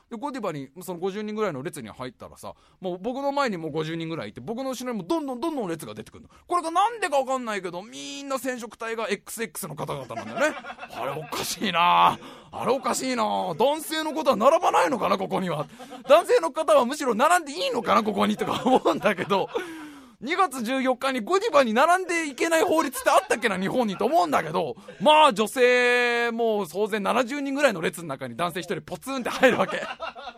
でゴディバにそのごじゅうにんぐらいの列に入ったらさ、もう僕の前にもごじゅうにんぐらいいて、僕の後ろにもどんどんどんどん列が出てくるの。これがなんでかわかんないけど、みんな染色体が エックスエックス の方々なんだよね。あれおかしいなあれおかしいな男性のことは並ばないのかなここには。男性の方はむしろ並んでいいのかなここにとか思うんだけど、にがつじゅうよっかにゴディバに並んでいけない法律ってあったっけな日本にと思うんだけど、まあ女性もう総勢ななじゅうにんぐらいの列の中に男性ひとりポツンって入るわけ。で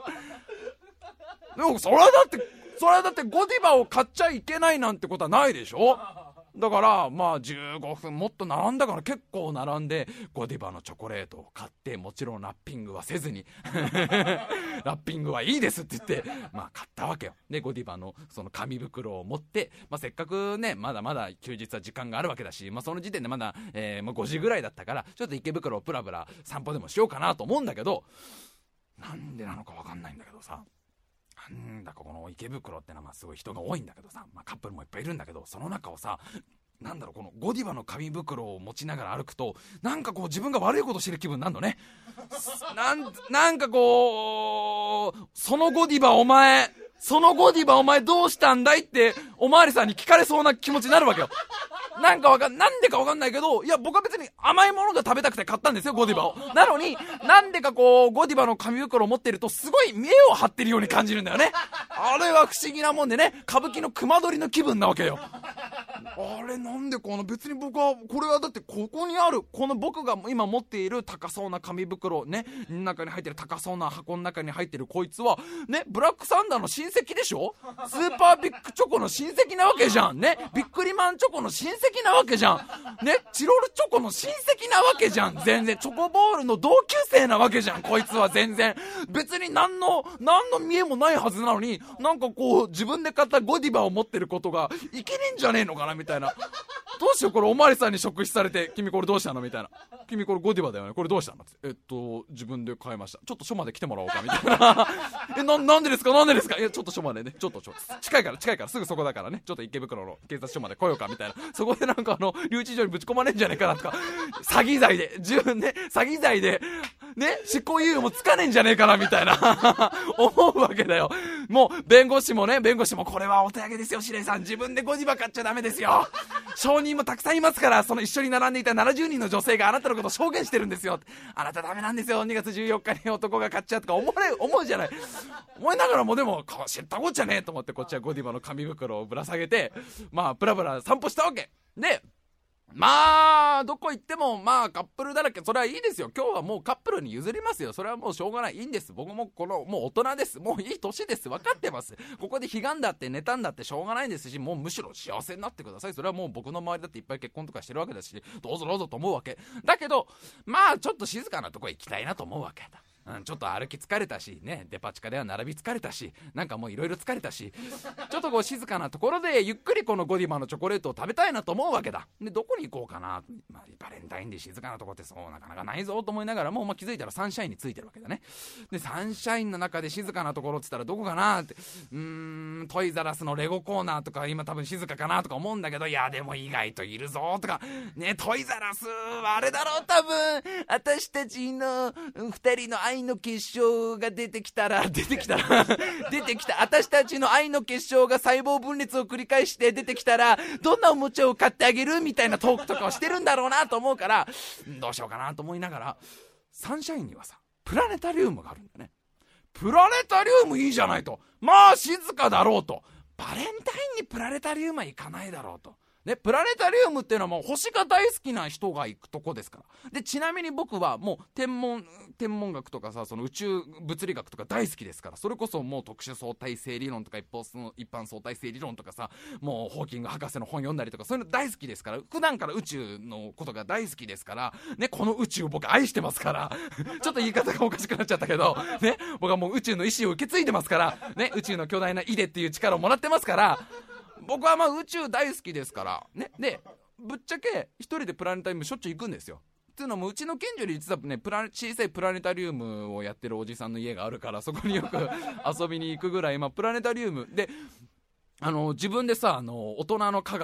もそれはだってそれはだってゴディバを買っちゃいけないなんてことはないでしょ。だからまあじゅうごふんもっと並んだから、結構並んでゴディバのチョコレートを買って、もちろんラッピングはせずにラッピングはいいですって言ってまあ買ったわけよ。でゴディバのその紙袋を持って、まあ、せっかくねまだまだ休日は時間があるわけだし、まあ、その時点でまだ、えー、もうごじぐらいだったから、ちょっと池袋をプラプラ散歩でもしようかなと思うんだけど、なんでなのか分かんないんだけどさ、なんだかこの池袋ってのはまあすごい人が多いんだけどさ、まあ、カップルもいっぱいいるんだけど、その中をさ、なんだろう、このゴディバの紙袋を持ちながら歩くと、なんかこう自分が悪いことしてる気分になるのね。なんなんかこう、そのゴディバお前そのゴディバお前どうしたんだいっておまわりさんに聞かれそうな気持ちになるわけよ。なんかわかんなんでかわかんないけど、いや僕は別に甘いものが食べたくて買ったんですよゴディバを。なのになんでかこうゴディバの紙袋を持ってるとすごい見栄を張ってるように感じるんだよね。あれは不思議なもんでね、歌舞伎の熊取りの気分なわけよ。あれなんでこの、別に僕はこれはだってここにあるこの僕が今持っている高そうな紙袋ね、中に入ってる高そうな箱の中に入ってるこいつはね、ブラックサンダーの親戚でしょ。スーパービッグチョコの親戚なわけじゃんね。ビックリマンチョコの親戚なわけじゃんね。チロルチョコの親戚なわけじゃん。全然チョコボールの同級生なわけじゃんこいつは。全然別に何の何の見栄もないはずなのに、なんかこう自分で買ったゴディバを持ってることがいけねえんじゃねえのかなみたいな。どうしようこれおまわりさんに職質されて、君これどうしたのみたいな。君これゴディバだよね、これどうしたのって、えっと自分で買いました、ちょっと署まで来てもらおうかみたいなえな、なんでですかなんでですか、いやちょっと署までね、ちょっとちょ近いから近いからすぐそこだからね、ちょっと池袋の警察署まで来ようかみたいな。そこでなんかあの留置場にぶち込まれんじゃねえかなとか、詐欺罪で自分ね詐欺罪でね執行猶予もつかねえんじゃねえかなみたいな思うわけだよ。もう弁護士もね弁護士もこれはお手上げですよ白井さん、自分でゴディバ買っちゃダメですよ、証人もたくさんいますから、その一緒に並んでいたななじゅうにんの女性があなたのことを証言してるんですよ、あなたダメなんですよにがつじゅうよっかに男が買っちゃうとか思れ思うじゃない。思いながらもでも知ったこっちゃねえと思って、こっちはゴディバの紙袋をぶら下げてまあプラプラ散歩したわけで、まあどこ行ってもまあカップルだらけ、それはいいですよ。今日はもうカップルに譲りますよ。それはもうしょうがない、いいんです。僕もこのもう大人です、もういい年です、分かってます。ここで悲願だって寝たんだってしょうがないですし、もうむしろ幸せになってください。それはもう僕の周りだっていっぱい結婚とかしてるわけだし、どうぞどうぞと思うわけだけど、まあちょっと静かなとこ行きたいなと思うわけだ。うん、ちょっと歩き疲れたしね、デパ地下では並び疲れたし、なんかもういろいろ疲れたし、ちょっとこう静かなところでゆっくりこのゴディバのチョコレートを食べたいなと思うわけだ。でどこに行こうかな、まあ、バレンタインで静かなとこってそうなかなかないぞと思いながらも、まあ、気づいたらサンシャインについてるわけだね。でサンシャインの中で静かなところっつったらどこかなって、うーんトイザラスのレゴコーナーとか今多分静かかなとか思うんだけど、いやでも意外といるぞとかね、トイザラスはあれだろう、多分私たちのふたりの愛の結晶が出てきたら出てきたら出てきた私たちの愛の結晶が細胞分裂を繰り返して出てきたらどんなおもちゃを買ってあげるみたいなトークとかをしてるんだろうなと思うから、どうしようかなと思いながら、サンシャインにはさプラネタリウムがあるんだね。プラネタリウムいいじゃないと、まあ静かだろうと、バレンタインにプラネタリウムは行かないだろうとね、プラネタリウムっていうのはもう星が大好きな人が行くとこですから。でちなみに僕はもう天文天文学とかさ、その宇宙物理学とか大好きですから、それこそもう特殊相対性理論とか一般の一般相対性理論とかさ、もうホーキング博士の本読んだりとかそういうの大好きですから、普段から宇宙のことが大好きですからね、この宇宙を僕愛してますからちょっと言い方がおかしくなっちゃったけどね、僕はもう宇宙の意志を受け継いでますからね、宇宙の巨大なイデっていう力をもらってますから、僕はまあ宇宙大好きですからね。でぶっちゃけ一人でプラネタリウムしょっちゅう行くんですよ。っていうのもうちの近所に実はねプラ小さいプラネタリウムをやってるおじさんの家があるから、そこによく遊びに行くぐらい、まあ、プラネタリウムであの自分でさあの大人の科学って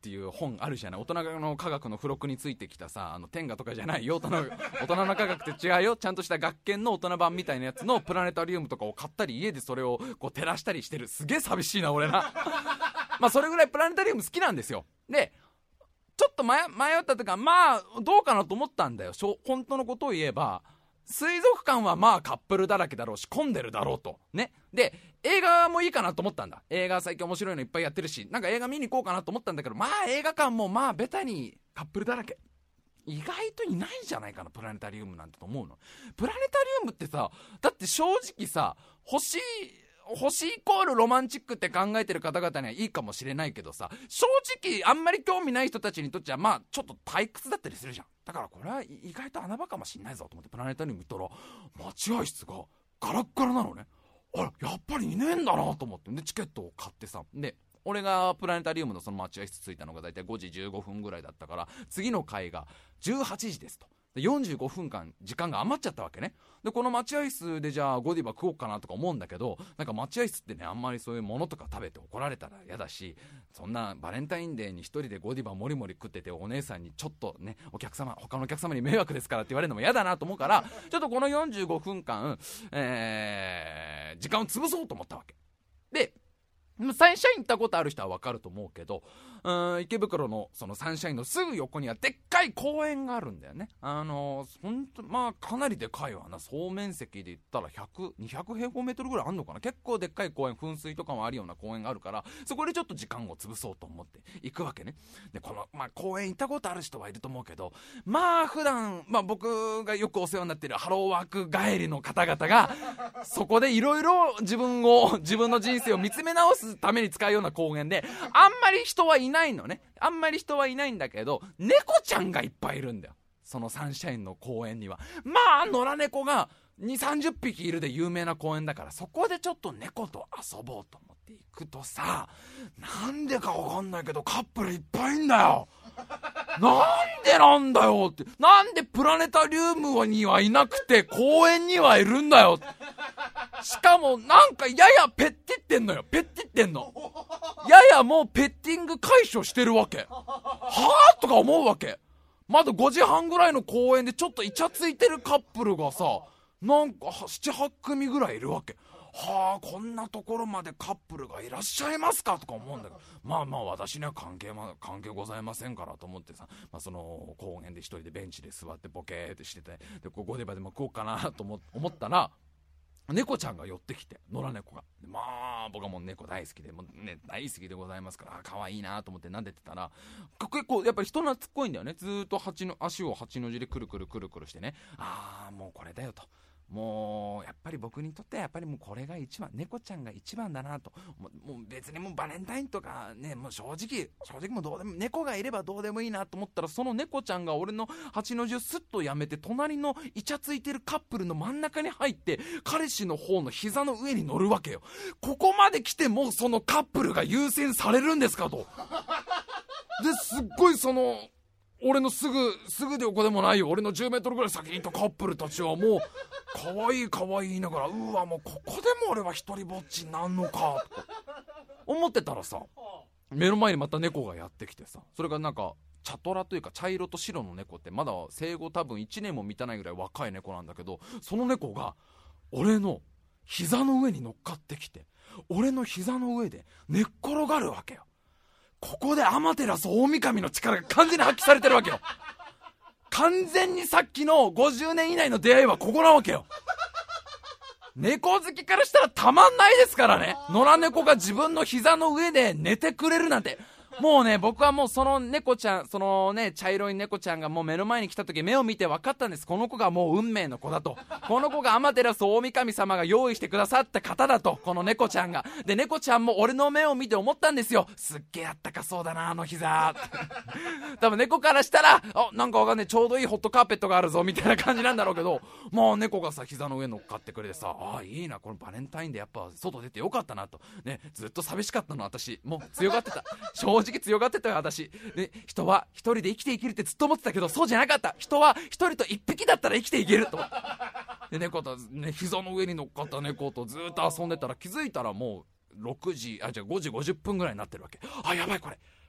っていう本あるじゃない。大人の科学の付録についてきたさ、あの天下とかじゃないよ、大人の大人の科学って違うよ、ちゃんとした学研の大人版みたいなやつのプラネタリウムとかを買ったり、家でそれをこう照らしたりしてる。すげえ寂しいな俺なまあそれぐらいプラネタリウム好きなんですよ。でちょっと迷ったというか、まあどうかなと思ったんだよ。本当のことを言えば水族館はまあカップルだらけだろうし混んでるだろうとね。で映画もいいかなと思ったんだ。映画最近面白いのいっぱいやってるし、なんか映画見に行こうかなと思ったんだけど、まあ映画館もまあベタにカップルだらけ。意外といないんじゃないかなプラネタリウムなんてと思うの。プラネタリウムってさ、だって正直さ、星星イコールロマンチックって考えてる方々にはいいかもしれないけどさ、正直あんまり興味ない人たちにとっちゃまあちょっと退屈だったりするじゃん。だからこれは意外と穴場かもしんないぞと思ってプラネタリウム行ったら、待合室がガラッガラなのね。あらやっぱりいねえんだなと思って、でチケットを買ってさ、で俺がプラネタリウムのその待合室着いたのがだいたいごじじゅうごふんぐらいだったから、次の回がじゅうはちじですと。でよんじゅうごふんかん時間が余っちゃったわけね。でこの待合室でじゃあゴディバ食おうかなとか思うんだけど、なんか待合室ってね、あんまりそういうものとか食べて怒られたら嫌だし、そんなバレンタインデーに一人でゴディバもりもり食ってて、お姉さんにちょっとね、お客様他のお客様に迷惑ですからって言われるのも嫌だなと思うから、ちょっとこのよんじゅうごふんかん、えー、時間を潰そうと思ったわけで、サンシャイン行ったことある人は分かると思うけど、うーん池袋のそのサンシャインのすぐ横にはでっかい公園があるんだよね。あのー、ほんとまあかなりでかいわな。総面積で言ったらひゃく、にひゃく平方メートルぐらいあんのかな。結構でっかい公園、噴水とかもあるような公園があるから、そこでちょっと時間を潰そうと思って行くわけね。でこの、まあ、公園行ったことある人はいると思うけど、まあ普段、まあ、僕がよくお世話になっているハローワーク帰りの方々がそこでいろいろ自分を自分の人生を見つめ直すために使うような公園で、あんまり人はいないのね。あんまり人はいないんだけど、猫ちゃんがいっぱいいるんだよ、そのサンシャインの公園には。まあ野良猫がにじゅう、さんじゅっぴきいるで有名な公園だから、そこでちょっと猫と遊ぼうと思って行くとさ、なんでかわかんないけどカップルいっぱいいんだよ。なんでなんだよって、なんでプラネタリウムにはいなくて公園にはいるんだよ。しかもなんかややペッティってんのよ。ペッティってんのややもうペッティング解消してるわけ。はぁとか思うわけ。まだごじはんぐらいの公園でちょっとイチャついてるカップルがさ、なんかななはち組ぐらいいるわけ。はあ、こんなところまでカップルがいらっしゃいますかとか思うんだけど、まあまあ私には関係、ま、関係ございませんからと思ってさ、まあ、その公園で一人でベンチで座ってボケーってしてて、でここでばでも食おうかなと思ったら、猫ちゃんが寄ってきて、野良猫が。まあ僕はもう猫大好きで、もうね大好きでございますから、あ可愛いなと思って撫でてたら、結構やっぱり人懐っこいんだよね。ずーっと蜂の足を八の字でくるくるくるくるしてね、ああもうこれだよと。もうやっぱり僕にとってはやっぱりもうこれが一番、猫ちゃんが一番だなと。もう、もう別にもうバレンタインとかね、もう正直正直もうどうでも、猫がいればどうでもいいなと思ったら、その猫ちゃんが俺の八の字をスッとやめて、隣のイチャついてるカップルの真ん中に入って彼氏の方の膝の上に乗るわけよ。ここまで来てもそのカップルが優先されるんですかと。ですっごいその俺のすぐすぐで横でもないよ、俺のじゅうメートルぐらい先にいたカップルたちはもう可愛い可愛い言いながら、うわもうここでも俺は一人ぼっちになんのかと思ってたらさ、目の前にまた猫がやってきてさ、それがなんか茶トラというか茶色と白の猫って、まだ生後多分いちねんも満たないぐらい若い猫なんだけど、その猫が俺の膝の上に乗っかってきて、俺の膝の上で寝っ転がるわけよ。ここでアマテラス大神の力が完全に発揮されてるわけよ。完全にさっきのごじゅうねん以内の出会いはここなわけよ。猫好きからしたらたまんないですからね。野良猫が自分の膝の上で寝てくれるなんて。もうね、僕はもうその猫ちゃん、そのね茶色い猫ちゃんがもう目の前に来た時、目を見て分かったんです。この子がもう運命の子だと。この子がアマテラス大神様が用意してくださった方だと、この猫ちゃんが。で猫ちゃんも俺の目を見て思ったんですよ。すっげえあったかそうだなあの膝多分猫からしたら、あなんかわかんねえ、ちょうどいいホットカーペットがあるぞみたいな感じなんだろうけど、もう猫がさ膝の上乗っかってくれてさ、ああいいな、このバレンタインでやっぱ外出てよかったなとね。ずっと寂しかったの私、もう強がってた正直強がってたよ私、ね、人は一人で生きていけるってずっと思ってたけど、そうじゃなかった。人は一人と一匹だったら生きていけると思ってで猫と、ね、膝の上に乗っかった猫とずっと遊んでたら、気づいたらもうろくじ、あじゃあごじごじゅっぷんぐらいになってるわけ。あやばい、これ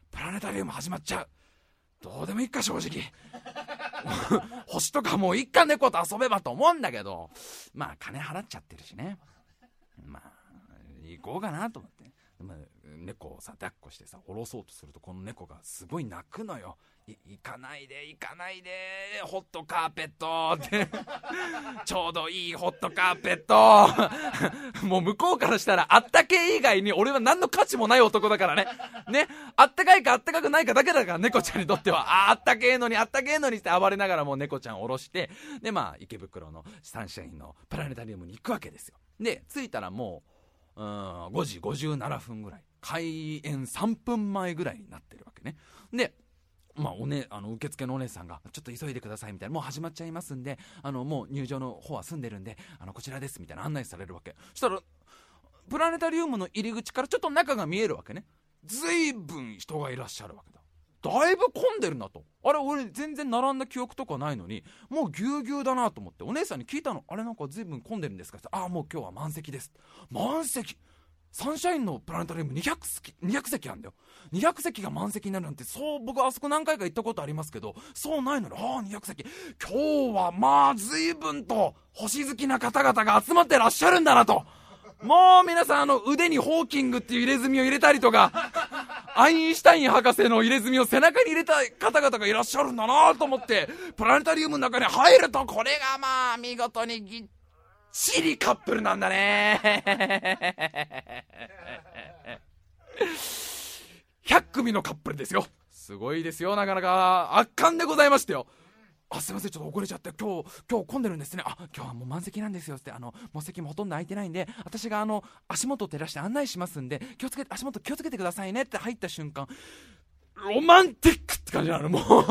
プラネタリウム始まっちゃう。どうでもいいか正直星とかもういっか、猫と遊べばと思うんだけど、まあ金払っちゃってるしね、まあ行こうかなと思って、まあ、猫をさ抱っこしてさ下ろそうとすると、この猫がすごい泣くのよ。い行かないで行かないでホットカーペットってちょうどいいホットカーペットもう向こうからしたらあったけ以外に俺は何の価値もない男だからね。ね、あったかいかあったかくないかだけだから、猫ちゃんにとっては。ああったけえのにあったけえのにって暴れながらもう猫ちゃんを下ろして、でまあ池袋のサンシャインのプラネタリウムに行くわけですよ。で着いたらもう、うーんごじごじゅうななふんぐらい、開演さんぷんまえぐらいになってるわけね。でまあおね、あの受付のお姉さんがちょっと急いでくださいみたいな、もう始まっちゃいますんで、あのもう入場の方は済んでるんで、あのこちらですみたいな案内されるわけ。そしたらプラネタリウムの入り口からちょっと中が見えるわけね。ずいぶん人がいらっしゃるわけだ。だいぶ混んでるなと。あれ俺全然並んだ記憶とかないのに、もうぎゅうぎゅうだなと思ってお姉さんに聞いたの。あれなんかずいぶん混んでるんですかって。ああもう今日は満席です。満席。サンシャインのプラネタリウムにひゃく席、にひゃく席あんだよ。にひゃく席が満席になるなんて、そう僕あそこ何回か行ったことありますけど、そうないのに、ああにひゃく席。今日はまあ随分と星好きな方々が集まってらっしゃるんだなと。もう皆さんあの腕にホーキングっていう入れ墨を入れたりとか、アインシュタイン博士の入れ墨を背中に入れた方々がいらっしゃるんだなと思って、プラネタリウムの中に入ると、これがまあ見事にぎっチリカップルなんだねひゃくくみのカップルですよ。すごいですよ、なかなか圧巻でございましたよ。あすいませんちょっと遅れちゃって、今日今日混んでるんですね。あ今日はもう満席なんですよって、あのもう席もほとんど空いてないんで、私があの足元を照らして案内しますんで、気をつけて足元気をつけてくださいねって入った瞬間、ロマンティックって感じなのもう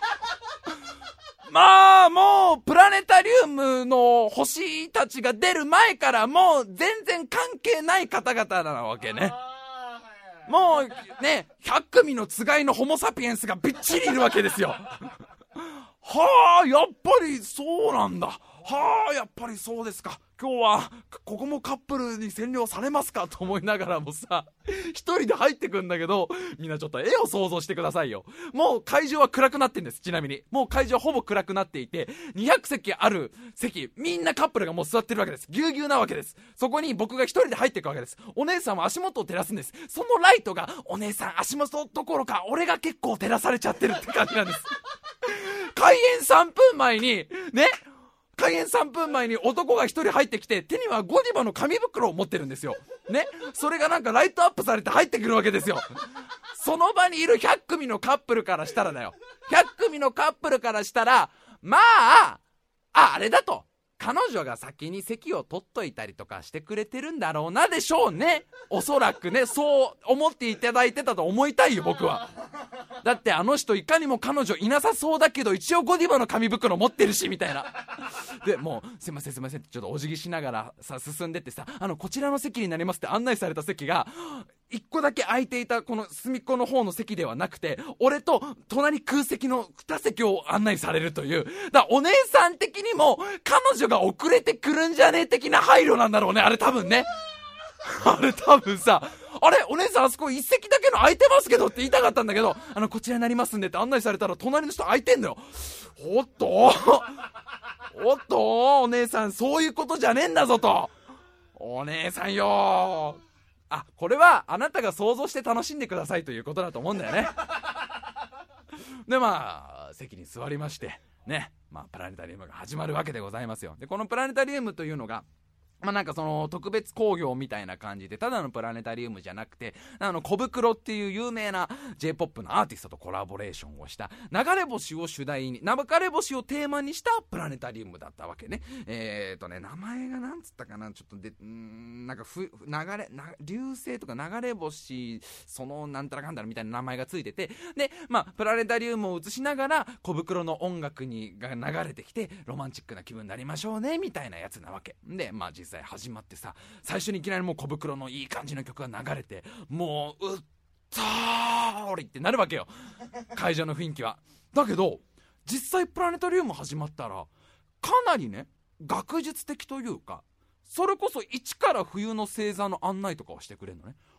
まあもうプラネタリウムの星たちが出る前からもう全然関係ない方々なわけね。もうねひゃくくみのつがいのホモサピエンスがびっちりいるわけですよはあやっぱりそうなんだ、はあやっぱりそうですか、今日はここもカップルに占領されますかと思いながらもさ、一人で入ってくんだけど、みんなちょっと絵を想像してくださいよ。もう会場は暗くなってんです。ちなみにもう会場はほぼ暗くなっていて、にひゃく席ある席みんなカップルがもう座ってるわけです。ぎゅうぎゅうなわけです。そこに僕が一人で入っていくわけです。お姉さんは足元を照らすんです。そのライトがお姉さん足元どころか俺が結構照らされちゃってるって感じなんです開演さんぷんまえにね、開演さんぷんまえに男が一人入ってきて、手にはゴディバの紙袋を持ってるんですよね。それがなんかライトアップされて入ってくるわけですよ。その場にいるひゃくくみのカップルからしたらだよ、ひゃくくみのカップルからしたらまあああれだと、彼女が先に席を取っといたりとかしてくれてるんだろうなでしょうね、おそらくね。そう思っていただいてたと思いたいよ僕は。だってあの人いかにも彼女いなさそうだけど一応ゴディバの紙袋持ってるしみたいなでもうすいませんすいませんってちょっとお辞儀しながらさ進んでってさ、あのこちらの席になりますって案内された席が一個だけ空いていたこの隅っこの方の席ではなくて、俺と隣空席の二席を案内されるという、だからお姉さん的にも彼女が遅れてくるんじゃねえ的な配慮なんだろうね、あれ多分ねあれ多分さ、あれお姉さんあそこ一席だけの空いてますけどって言いたかったんだけど、あのこちらになりますんでって案内されたら隣の人空いてんのよ。おっとおっとお姉さんそういうことじゃねえんだぞと、お姉さんよ、あこれはあなたが想像して楽しんでくださいということだと思うんだよねでまあ席に座りましてね、まあプラネタリウムが始まるわけでございますよ。でこのプラネタリウムというのがまあなんかその特別興行みたいな感じで、ただのプラネタリウムじゃなくて、あの小袋っていう有名な J-ポップ のアーティストとコラボレーションをした流れ星を主題に、流れ星をテーマにしたプラネタリウムだったわけね。えーとね名前がなんつったかな、ちょっとでうーんなんかふ流れな流星とか流れ星そのなんたらかんだらみたいな名前がついてて、でまあプラネタリウムを映しながら小袋の音楽にが流れてきてロマンチックな気分になりましょうねみたいなやつなわけで、まあ実際始まってさ、最初にいきなりもう小袋のいい感じの曲が流れて、もううったーりってなるわけよ会場の雰囲気は。だけど実際プラネタリウム始まったらかなりね学術的というか、それこそ一から冬の星座の案内とかをしてくれるのね。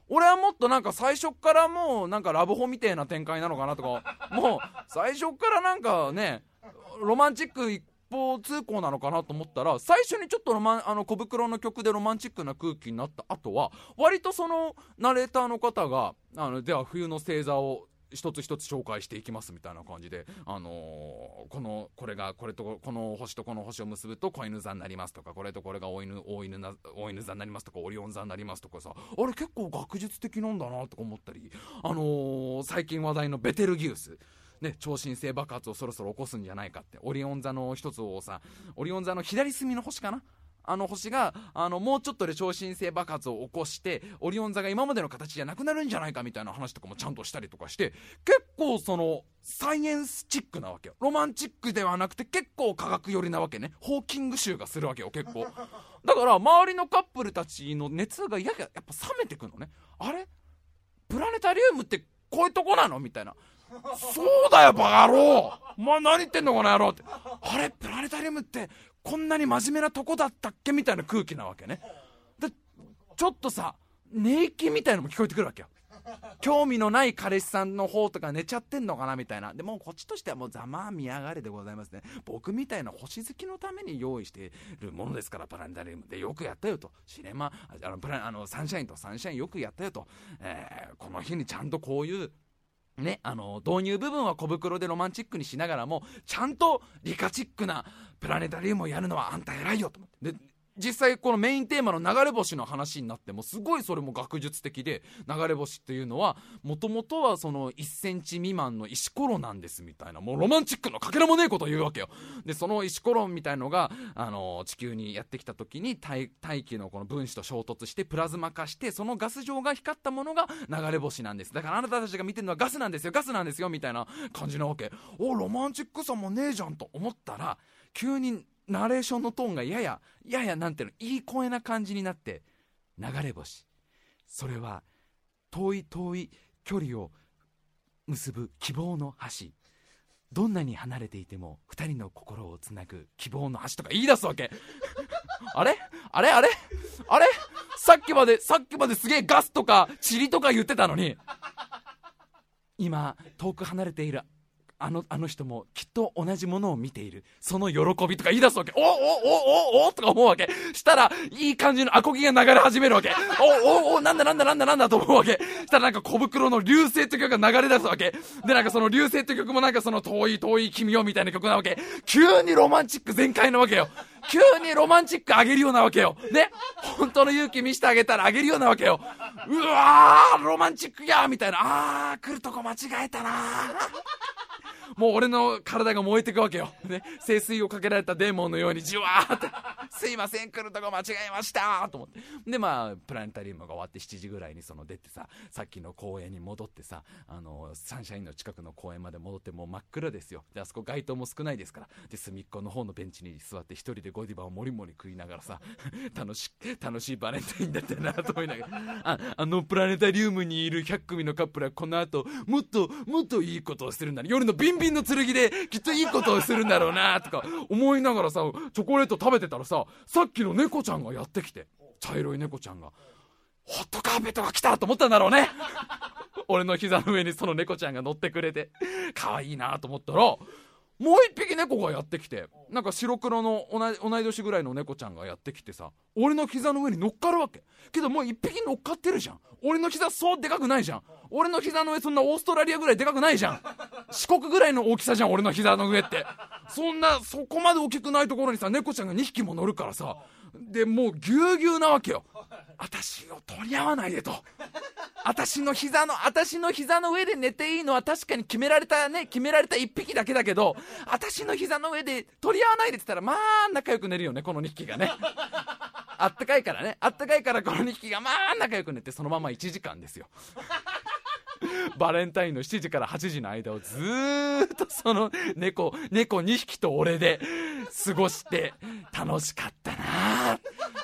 俺はもっとなんか最初からもうなんかラブホみたいな展開なのかなとか、もう最初からなんかねロマンチック一方通行なのかなと思ったら、最初にちょっとロマンあの小袋の曲でロマンチックな空気になった後は割とそのナレーターの方があのでは冬の星座を一つ一つ紹介していきますみたいな感じで、あのー、このこれがこれとこの星とこの星を結ぶと子犬座になりますとか、これとこれが大犬大犬な大犬座になりますとか、オリオン座になりますとかさ、あれ結構学術的なんだなとか思ったり、あのー、最近話題のベテルギウスね、超新星爆発をそろそろ起こすんじゃないかって、オリオン座の一つをさ、オリオン座の左隅の星かな、あの星があのもうちょっとで超新星爆発を起こしてオリオン座が今までの形じゃなくなるんじゃないかみたいな話とかもちゃんとしたりとかして、結構そのサイエンスチックなわけよ。ロマンチックではなくて結構科学寄りなわけね。ホーキング集がするわけよ結構。だから周りのカップルたちの熱がやややっぱ冷めてくのね。あれプラネタリウムってこういうとこなのみたいな。そうだよバカ野郎、お前何言ってんのこの野郎って。あれプラネタリウムってこんなに真面目なとこだったっけみたいな空気なわけね。でちょっとさ寝息みたいのも聞こえてくるわけよ。興味のない彼氏さんの方とか寝ちゃってんのかなみたいな。でもこっちとしてはもうざまあ見やがれでございますね。僕みたいな星好きのために用意してるものですからプラネタリウムで、よくやったよと、シネマあのプラあのサンシャインとサンシャインよくやったよと、えー、この日にちゃんとこういうね、あの導入部分は小袋でロマンチックにしながらもちゃんとリカチックなプラネタリウムをやるのはあんた偉いよと思って。で実際このメインテーマの流れ星の話になってもすごいそれも学術的で、流れ星っていうのはもともとはそのいっセンチ未満の石ころなんですみたいな、もうロマンチックのかけらもねえことを言うわけよ。でその石ころみたいのがあの地球にやってきた時に 大, 大気のこの分子と衝突してプラズマ化して、そのガス状が光ったものが流れ星なんです。だからあなたたちが見てるのはガスなんですよガスなんですよみたいな感じなわけ。おロマンチックさもねえじゃんと思ったら、急にナレーションのトーンがややややなんていうのいい声な感じになって、流れ星それは遠い遠い距離を結ぶ希望の橋、どんなに離れていても二人の心をつなぐ希望の橋とか言い出すわけあれあれあれあれさっきまでさっきまですげえガスとか塵とか言ってたのに、今遠く離れているあの、あの人もきっと同じものを見ている、その喜びとか言い出すわけ。おおおおおとか思うわけ。したらいい感じのアコギが流れ始めるわけ。おおおなんだなんだなんだなんだと思うわけ。したらなんか小袋の流星って曲が流れ出すわけで、なんかその流星って曲もなんかその遠い遠い君よみたいな曲なわけ。急にロマンチック全開なわけよ。急にロマンチックあげるようなわけよね。本当の勇気見せてあげたらあげるようなわけよ。うわーロマンチックやみたいな。あー来るとこ間違えたなもう俺の体が燃えてくわけよ、ね、聖水をかけられたデーモンのようにじわーってすいません来るとこ間違えましたと思って、でまあプラネタリウムが終わってしちじぐらいにその出てさ、さっきの公園に戻ってさ、あのサンシャインの近くの公園まで戻って、もう真っ暗ですよ。であそこ街灯も少ないですから、で隅っこの方のベンチに座って一人でゴディバをもりもり食いながらさ楽し楽しいバレンタインだったなと思いながらあ, あのプラネタリウムにいるひゃく組のカップルはこの後もっともっといいことをするんだね、夜のビンビンの剣できっといいことをするんだろうなとか思いながらさ、チョコレート食べてたらさ、さっきの猫ちゃんがやってきて、茶色い猫ちゃんがホットカーペットが来たと思ったんだろうね俺の膝の上にその猫ちゃんが乗ってくれて可愛いなと思ったら、もう一匹猫がやってきて、なんか白黒の同い、同い年ぐらいの猫ちゃんがやってきてさ、俺の膝の上に乗っかるわけ。けどもう一匹乗っかってるじゃん。俺の膝そうでかくないじゃん。俺の膝の上そんなオーストラリアぐらいでかくないじゃん。四国ぐらいの大きさじゃん俺の膝の上って。そんなそこまで大きくないところにさ、猫ちゃんがにひきも乗るからさ、でもうぎゅうぎゅうなわけよ。私を取り合わないでと。私の膝の私の膝の上で寝ていいのは確かに決められたね決められた一匹だけだけど、私の膝の上で取り合わないでって言ったらまあ仲良く寝るよねこのにひきがね。あったかいからね、あったかいからこのにひきがまあ仲良く寝て、そのままいちじかんですよ。バレンタインのしちじからはちじの間をずーっとその猫猫にひきと俺で過ごして楽しかったな。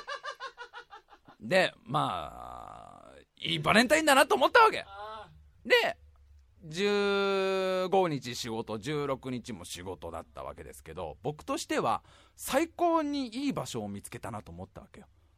でまあいいバレンタインだなと思ったわけで、じゅうごにち仕事じゅうろくにちも仕事だったわけですけど、僕としては最高にいい場所を見つけたなと思ったわけよ。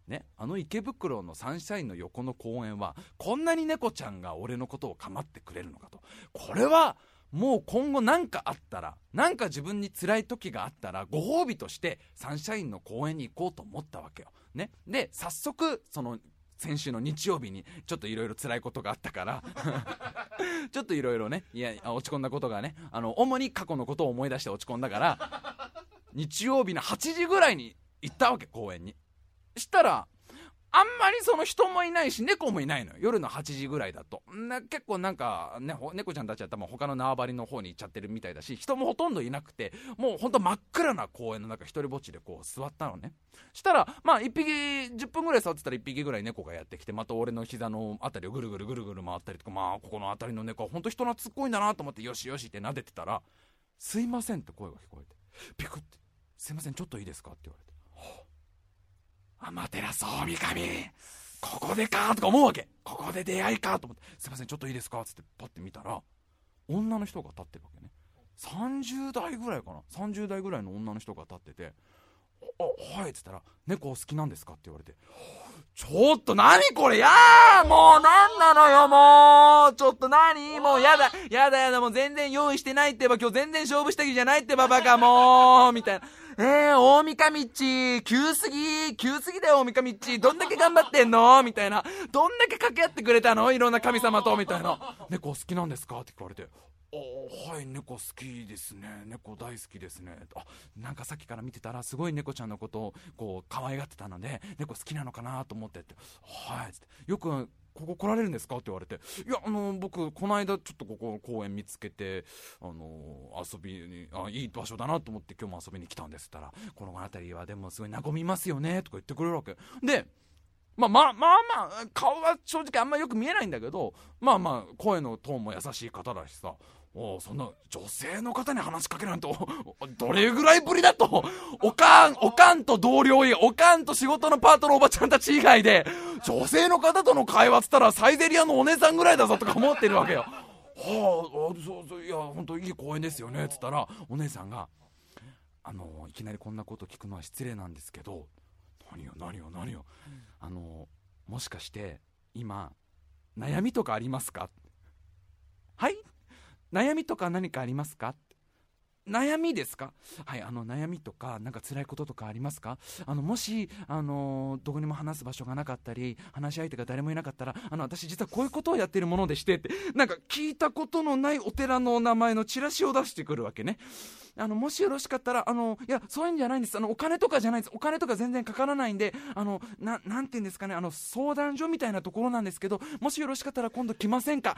ね、あの池袋のサンシャインの横の公園はこんなに猫ちゃんが俺のことを構ってくれるのかと。これはもう今後何かあったら、何か自分に辛い時があったらご褒美としてサンシャインの公園に行こうと思ったわけよ、ね、で早速その先週の日曜日にちょっといろいろ辛いことがあったからちょっといろいろね、いや落ち込んだことがね、あの主に過去のことを思い出して落ち込んだから日曜日のはちじぐらいに行ったわけ、公園に。したらあんまりその人もいないし猫もいないのよ、夜のはちじぐらいだと。な結構なんかね、猫ちゃんたちは多分他の縄張りの方に行っちゃってるみたいだし、人もほとんどいなくて、もうほんと真っ暗な公園の中一人ぼっちでこう座ったのね。したらまあいっぴきじゅっぷんぐらい座ってたらいっぴきぐらい猫がやってきて、また俺の膝のあたりをぐるぐるぐるぐる回ったりとか、まあここのあたりの猫はほんと人懐っこいんだなと思って、よしよしって撫でてたら、すいませんって声が聞こえて、ピクって、すいませんちょっといいですかって言われて、アマテラスオオミカミ、ここでかとか思うわけ。ここで出会いかと思って、すいませんちょっといいですかっつってパッて見たら、女の人が立ってるわけね。さんじゅうだいぐらいかな、さんじゅうだいぐらいの女の人が立ってて、あ、はいっつったら、猫好きなんですかって言われて、ちょっと何これ、やーもうなんなのよ、もうちょっと何、もうやだやだやだ、もう全然用意してないってば、今日全然勝負下着じゃないってば、バカもうみたいな。えー、大三上っち急すぎ急すぎだよ、大三上っちどんだけ頑張ってんのみたいな、どんだけ掛け合ってくれたの、いろんな神様とみたいな。猫好きなんですかって聞かれて、おはい、猫好きですね、猫大好きですね。あ、なんかさっきから見てたらすごい猫ちゃんのことをこう可愛がってたので猫好きなのかなと思ってって、はいっつって、よくここ来られるんですかって言われて、いやあの僕この間ちょっとここ公園見つけて、あの遊びにあいい場所だなと思って今日も遊びに来たんですって言ったら、この辺りはでもすごい和みますよねとか言ってくれるわけで、まあまあまあまあ顔は正直あんまよく見えないんだけど、まあまあ声のトーンも優しい方だしさ、おそんな女性の方に話しかけなんてどれぐらいぶりだと、おかんおかんと同僚以外、おかんと仕事のパートのおばちゃんたち以外で女性の方との会話っつったらサイゼリアのお姉さんぐらいだぞとか思ってるわけよ。はあ、そうそう、いや本当いい公園ですよねっつったら、お姉さんが、あのいきなりこんなこと聞くのは失礼なんですけど、何よ何よ何よ、うん、あのもしかして今悩みとかありますか。はい、悩みとか何かありますか。悩みですか。はい、あの悩みとかなんか辛いこととかありますか。あのもしあのどこにも話す場所がなかったり話し相手が誰もいなかったら、あの私実はこういうことをやっているものでしてって、なんか聞いたことのないお寺のお名前のチラシを出してくるわけね。あのもしよろしかったら、あのいやそういうんじゃないんです、あのお金とかじゃないです、お金とか全然かからないんで、あの な, なんていうんですかね、あの相談所みたいなところなんですけど、もしよろしかったら今度来ませんか。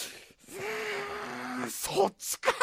そっちか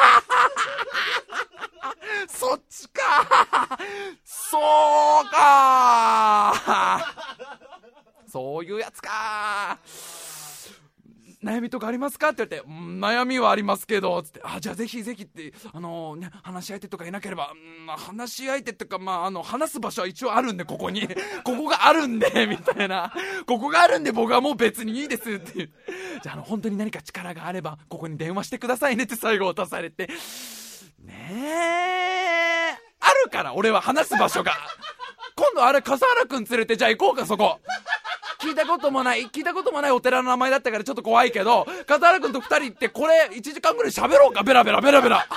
そっちかそうかそういうやつか。悩みとかありますかって言われて、悩みはありますけどつって、あじゃあぜひぜひって、あのーね、話し相手とかいなければ、うん、話し相手っていうか、まあ、あの話す場所は一応あるんで、ここにここがあるんでみたいな、ここがあるんで僕はもう別にいいですっていう、じゃあ、あの本当に何か力があればここに電話してくださいねって最後渡されて、ねえあるから俺は話す場所が。今度あれ笠原くん連れてじゃあ行こうか、そこ。聞いたこともない聞いたこともないお寺の名前だったからちょっと怖いけど、笠原くんとふたり行ってこれいちじかんぐらい喋ろうか、ベラベラベラベラ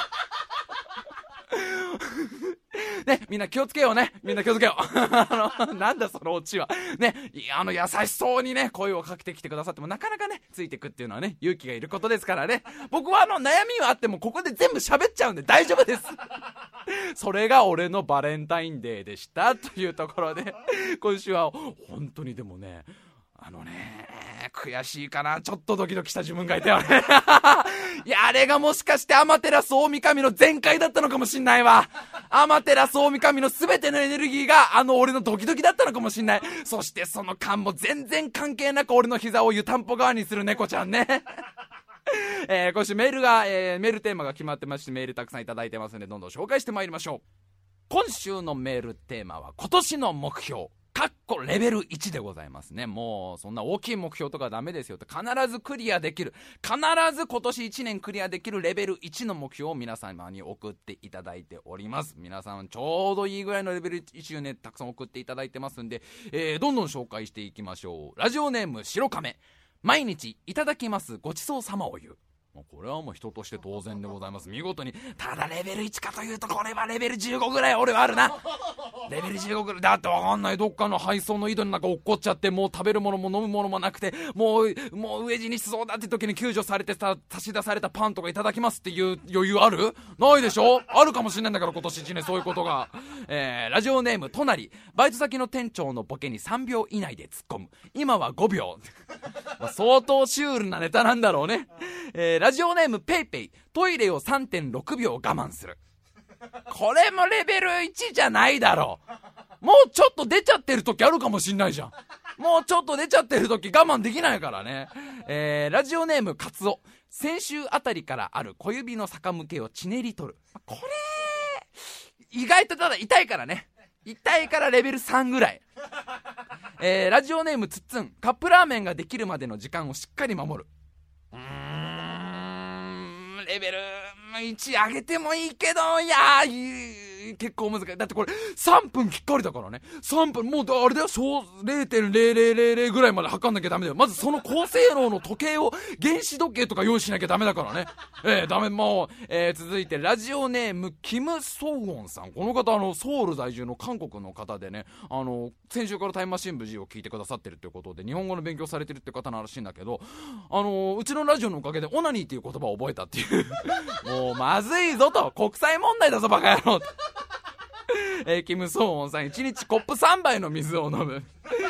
ね、みんな気をつけようね、みんな気をつけようあのなんだそのオチはね、いやあの優しそうにね声をかけてきてくださってもなかなかねついてくっていうのはね勇気がいることですからね。僕はあの悩みはあってもここで全部喋っちゃうんで大丈夫ですそれが俺のバレンタインデーでしたというところで、今週は本当にでもね、あのね悔しいかな、ちょっとドキドキした自分がいたよねいやあれがもしかしてアマテラス大神の全開だったのかもしんないわ。アマテラス大神の全てのエネルギーがあの俺のドキドキだったのかもしんない。そしてその間も全然関係なく俺の膝を湯たんぽ側にする猫ちゃんねえー、今週メールが、えー、メールテーマが決まってまして、メールたくさんいただいてますのでどんどん紹介してまいりましょう。今週のメールテーマは今年の目標かっこレベルいちでございますね。もうそんな大きい目標とかダメですよって、必ずクリアできる、必ず今年いちねんクリアできるレベルいちの目標を皆様に送っていただいております。皆さんちょうどいいぐらいのレベルいちをねたくさん送っていただいてますんで、えー、どんどん紹介していきましょう。ラジオネーム白亀。毎日いただきますごちそうさまを言う。これはもう人として当然でございます。見事に。ただレベルいちかというと、これはレベルじゅうごぐらい俺はあるな。レベルじゅうごぐらいだってわかんない、どっかの配送の井戸の中落っこっちゃって、もう食べるものも飲むものもなくて、もうもう飢え死にしそうだって時に救助されてさ、差し出されたパンとかいただきますっていう余裕ある？ないでしょ？あるかもしれないんだから今年いちねんそういうことが。えー、ラジオネーム隣。バイト先の店長のボケにさんびょう以内で突っ込む。今はごびょう。まあ相当シュールなネタなんだろうね。えー、ラジオネームペイペイ。トイレを さんてんろくびょう我慢する。これもレベルいちじゃないだろう。もうちょっと出ちゃってる時あるかもしんないじゃん。もうちょっと出ちゃってる時我慢できないからね。えー、ラジオネームカツオ。先週あたりからある小指の逆向けをちねり取る。これ意外とただ痛いからね。痛いからレベルさんぐらい。えー、ラジオネームつっつん。カップラーメンができるまでの時間をしっかり守る。うーん、レベルいち上げてもいいけど、いやー結構難しい。だってこれさんぷんきっかりだからね。さんぷん、もうあれだよ、 れいてんぜろぜろぜろぜろ ぐらいまで測んなきゃダメだよ。まずその高性能の時計を、原子時計とか用意しなきゃダメだからね。えー、ダメ。もう、えー、続いてラジオネームキム・ソウォンさん。この方あのソウル在住の韓国の方でね、あの先週からタイムマシン部 G を聞いてくださってるということで日本語の勉強されてるって方ならしいんだけど、あのうちのラジオのおかげでオナニーっていう言葉を覚えたっていうもうまずいぞと、国際問題だぞバカ野郎えー、キム・ソーンさん、いちにちコップさんばいの水を飲む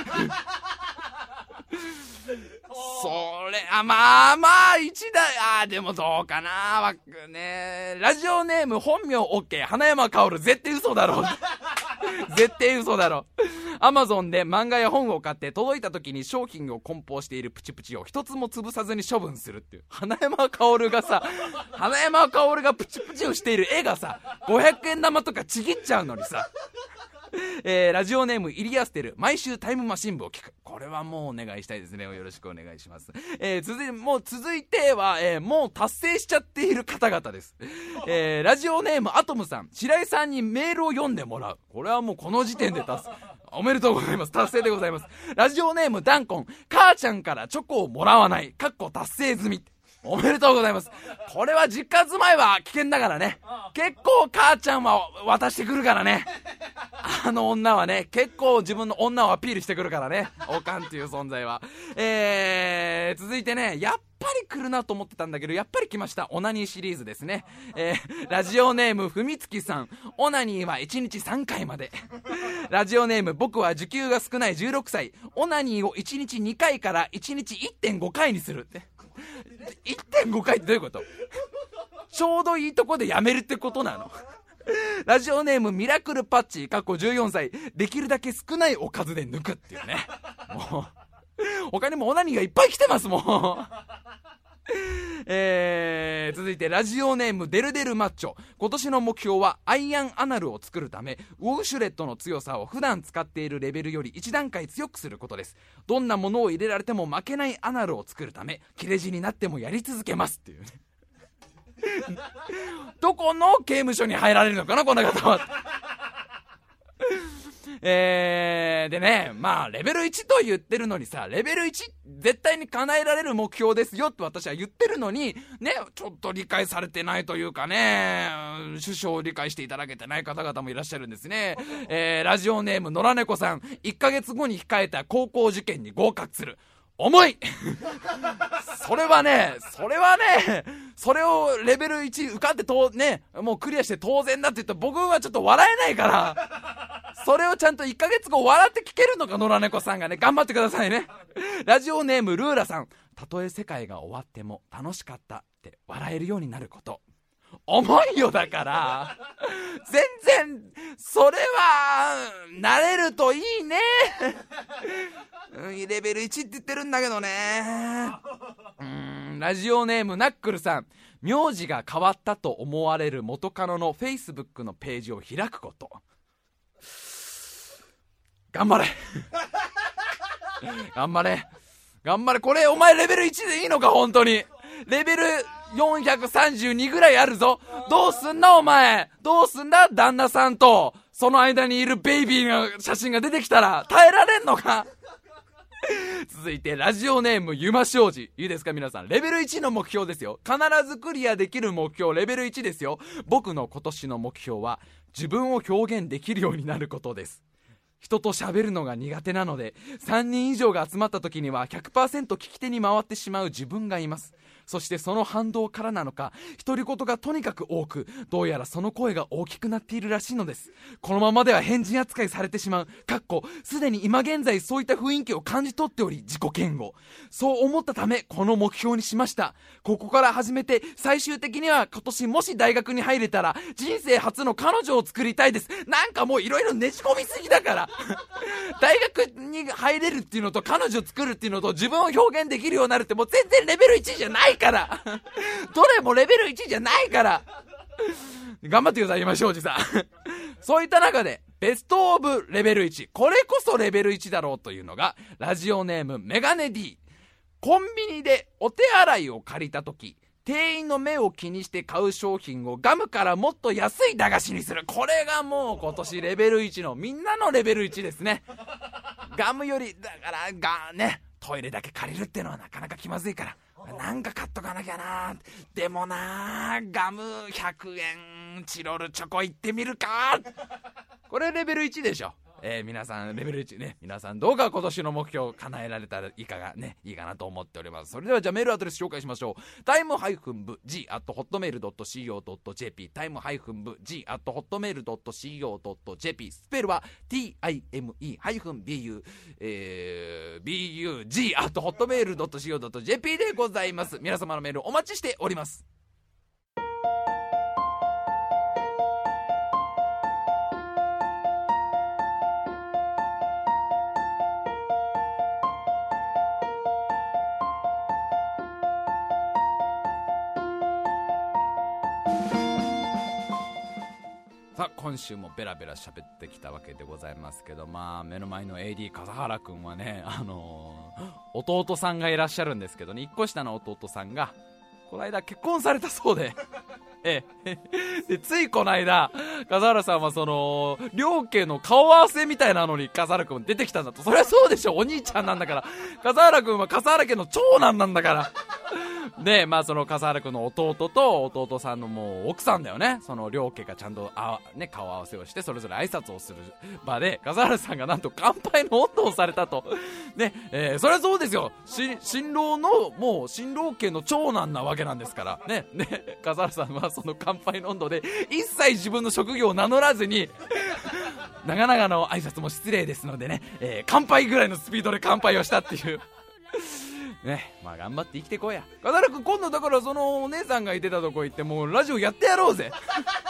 それ、あ、まあまあいちだい、あ、でもどうかなわね。ラジオネーム本名 OK。 花山薫。絶対嘘だろ絶対嘘だろ。アマゾンで漫画や本を買って届いた時に商品を梱包しているプチプチを一つも潰さずに処分するっていう。花山薫がさ、花山薫がプチプチをしている絵がさ、ごひゃくえん玉とかちぎっちゃうのにさ。えー、ラジオネームイリアステル。毎週タイムマシン部を聞く。これはもうお願いしたいですね。よろしくお願いします。えー、続いてもう続いては、えー、もう達成しちゃっている方々です。えー、ラジオネームアトムさん。白井さんにメールを読んでもらう。これはもうこの時点で達成。おめでとうございます。達成でございます。ラジオネームダンコン。母ちゃんからチョコをもらわない。かっこ達成済み。おめでとうございます。これは実家住まいは危険だからね。結構母ちゃんは渡してくるからね。あの女はね、結構自分の女をアピールしてくるからね。おかんっていう存在は。えー、続いてね、やっぱり来るなと思ってたんだけど、やっぱり来ました。オナニーシリーズですね。えー、ラジオネームふみつきさん。オナニーはいちにちさんかいまで。ラジオネーム僕は受給が少ないじゅうろくさい。オナニーをいちにちにかいからいちにち いってんごかいにするって。いってんごかいってどういうこと？ちょうどいいとこでやめるってことなの？ラジオネームミラクルパッチ過去じゅうよんさい。できるだけ少ないおかずで抜くっていうね。もう他にもオナニーがいっぱい来てますもん。えー、続いてラジオネームデルデルマッチョ。今年の目標はアイアンアナルを作るためウォシュレットの強さを普段使っているレベルより一段階強くすることです。どんなものを入れられても負けないアナルを作るため切れ字になってもやり続けますっていうね。どこの刑務所に入られるのかなこの方は。えー、でね、まあレベルいちと言ってるのにさ、レベルいち絶対に叶えられる目標ですよって私は言ってるのにね、ちょっと理解されてないというかね、首相を理解していただけてない方々もいらっしゃるんですね。えー、ラジオネーム野良猫さん。いっかげつごに控えた高校受験に合格する。重いそれはね、それはね、それをレベルいち受かってとね、もうクリアして当然だって言ったら僕はちょっと笑えないから、それをちゃんといっかげつご笑って聞けるのか野良猫さんがね、頑張ってくださいね。ラジオネームルーラさん。たとえ世界が終わっても楽しかったって笑えるようになること。重いよ。だから全然それは慣れるといいね。レベルいちって言ってるんだけどね。うーん、ラジオネームナックルさん。名字が変わったと思われる元カノのフェイスブックのページを開くこと。 頑張れ頑張れ頑張れ。これお前レベルいちでいいのか本当に。レベルよんひゃくさんじゅうにぐらいあるぞ。どうすんだお前。どうすんだ旦那さんとその間にいるベイビーの写真が出てきたら耐えられんのか続いてラジオネームゆましょうじ。いいですか皆さん、レベルいちの目標ですよ。必ずクリアできる目標レベルいちですよ。僕の今年の目標は自分を表現できるようになることです。人と喋るのが苦手なので、さんにん以上が集まった時には ひゃくパーセント 聞き手に回ってしまう自分がいます。そしてその反動からなのか、独り言がとにかく多く、どうやらその声が大きくなっているらしいのです。このままでは変人扱いされてしまう。かっこすでに今現在そういった雰囲気を感じ取っており、自己嫌悪。そう思ったためこの目標にしました。ここから始めて、最終的には今年もし大学に入れたら人生初の彼女を作りたいです。なんかもういろいろねじ込みすぎだから大学に入れるっていうのと彼女作るっていうのと自分を表現できるようになるって、もう全然レベルいちじゃないからどれもレベルいちじゃないから頑張ってください今庄司さんそういった中でベストオブレベルいち、これこそレベルいちだろうというのがラジオネームメガネ D。 コンビニでお手洗いを借りた時、店員の目を気にして買う商品をガムからもっと安い駄菓子にする。これがもう今年レベルいちのみんなのレベルいちですね。ガムよりだからがね、トイレだけ借りるってのはなかなか気まずいからなんか買っとかなきゃな。でもな、ガムひゃくえんチロルチョコ行ってみるか。これレベルいちでしょ。えー、皆さんレベルいちね、皆さんどうか今年の目標を叶えられたらいいかがね、いいかなと思っております。それではじゃあメールアドレス紹介しましょう。タイムハイフンブ ジー アットホットメールドットシーオードットジェーピー タイムハイフンブ ジー アットホットメールドットシーオードットジェーピー スペルは ティーアイエムイーハイフンビーユー えー、ビーユージー アットホットメールドットシーオードットジェーピー でございます。皆様のメールお待ちしております。さあ今週もベラベラ喋ってきたわけでございますけど、まあ目の前の エーディー 笠原くんはね、あのー、弟さんがいらっしゃるんですけどね、いっこ下の弟さんがこの間結婚されたそうでええでついこの間笠原さんはその両家の顔合わせみたいなのに笠原くん出てきたんだと。そりゃそうでしょ、お兄ちゃんなんだから。笠原くんは笠原家の長男なんだからで、まあその笠原くんの弟と弟さんのもう奥さんだよね、その両家がちゃんとあ、ね、顔合わせをしてそれぞれ挨拶をする場で笠原さんがなんと乾杯の温度をされたとね、えー、そりゃそうですよ、し新郎のもう新郎家の長男なわけなんですからね。ね、笠原さんはその乾杯の温度で一切自分の職業を名乗らずに長々の挨拶も失礼ですのでね、えー、乾杯ぐらいのスピードで乾杯をしたっていうね、まあ頑張って生きてこうや。笠原くん今度だからそのお姉さんがいてたとこ行ってもうラジオやってやろうぜ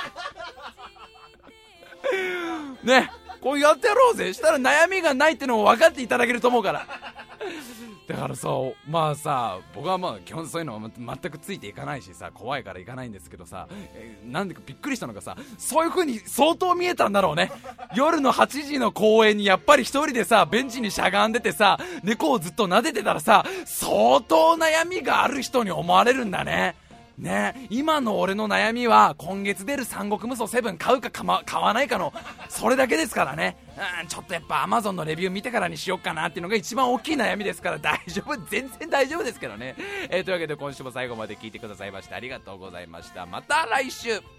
ね、こうやってやろうぜ。したら悩みがないってのを分かっていただけると思うからだからさ、まあさ、僕はまあ基本そういうのは全くついていかないしさ、怖いからいかないんですけどさ、えー、なんでかびっくりしたのがさ、そういう風に相当見えたんだろうね。夜のはちじの公園にやっぱり一人でさベンチにしゃがんでてさ、猫をずっと撫でてたらさ、相当悩みがある人に思われるんだね。ね、今の俺の悩みは今月出る三国無双セブン買うかか、ま、買わないかのそれだけですからね。うん、ちょっとやっぱ Amazon のレビュー見てからにしようかなっていうのが一番大きい悩みですから、大丈夫、全然大丈夫ですけどね、えー、というわけで今週も最後まで聞いてくださいましてありがとうございました。また来週。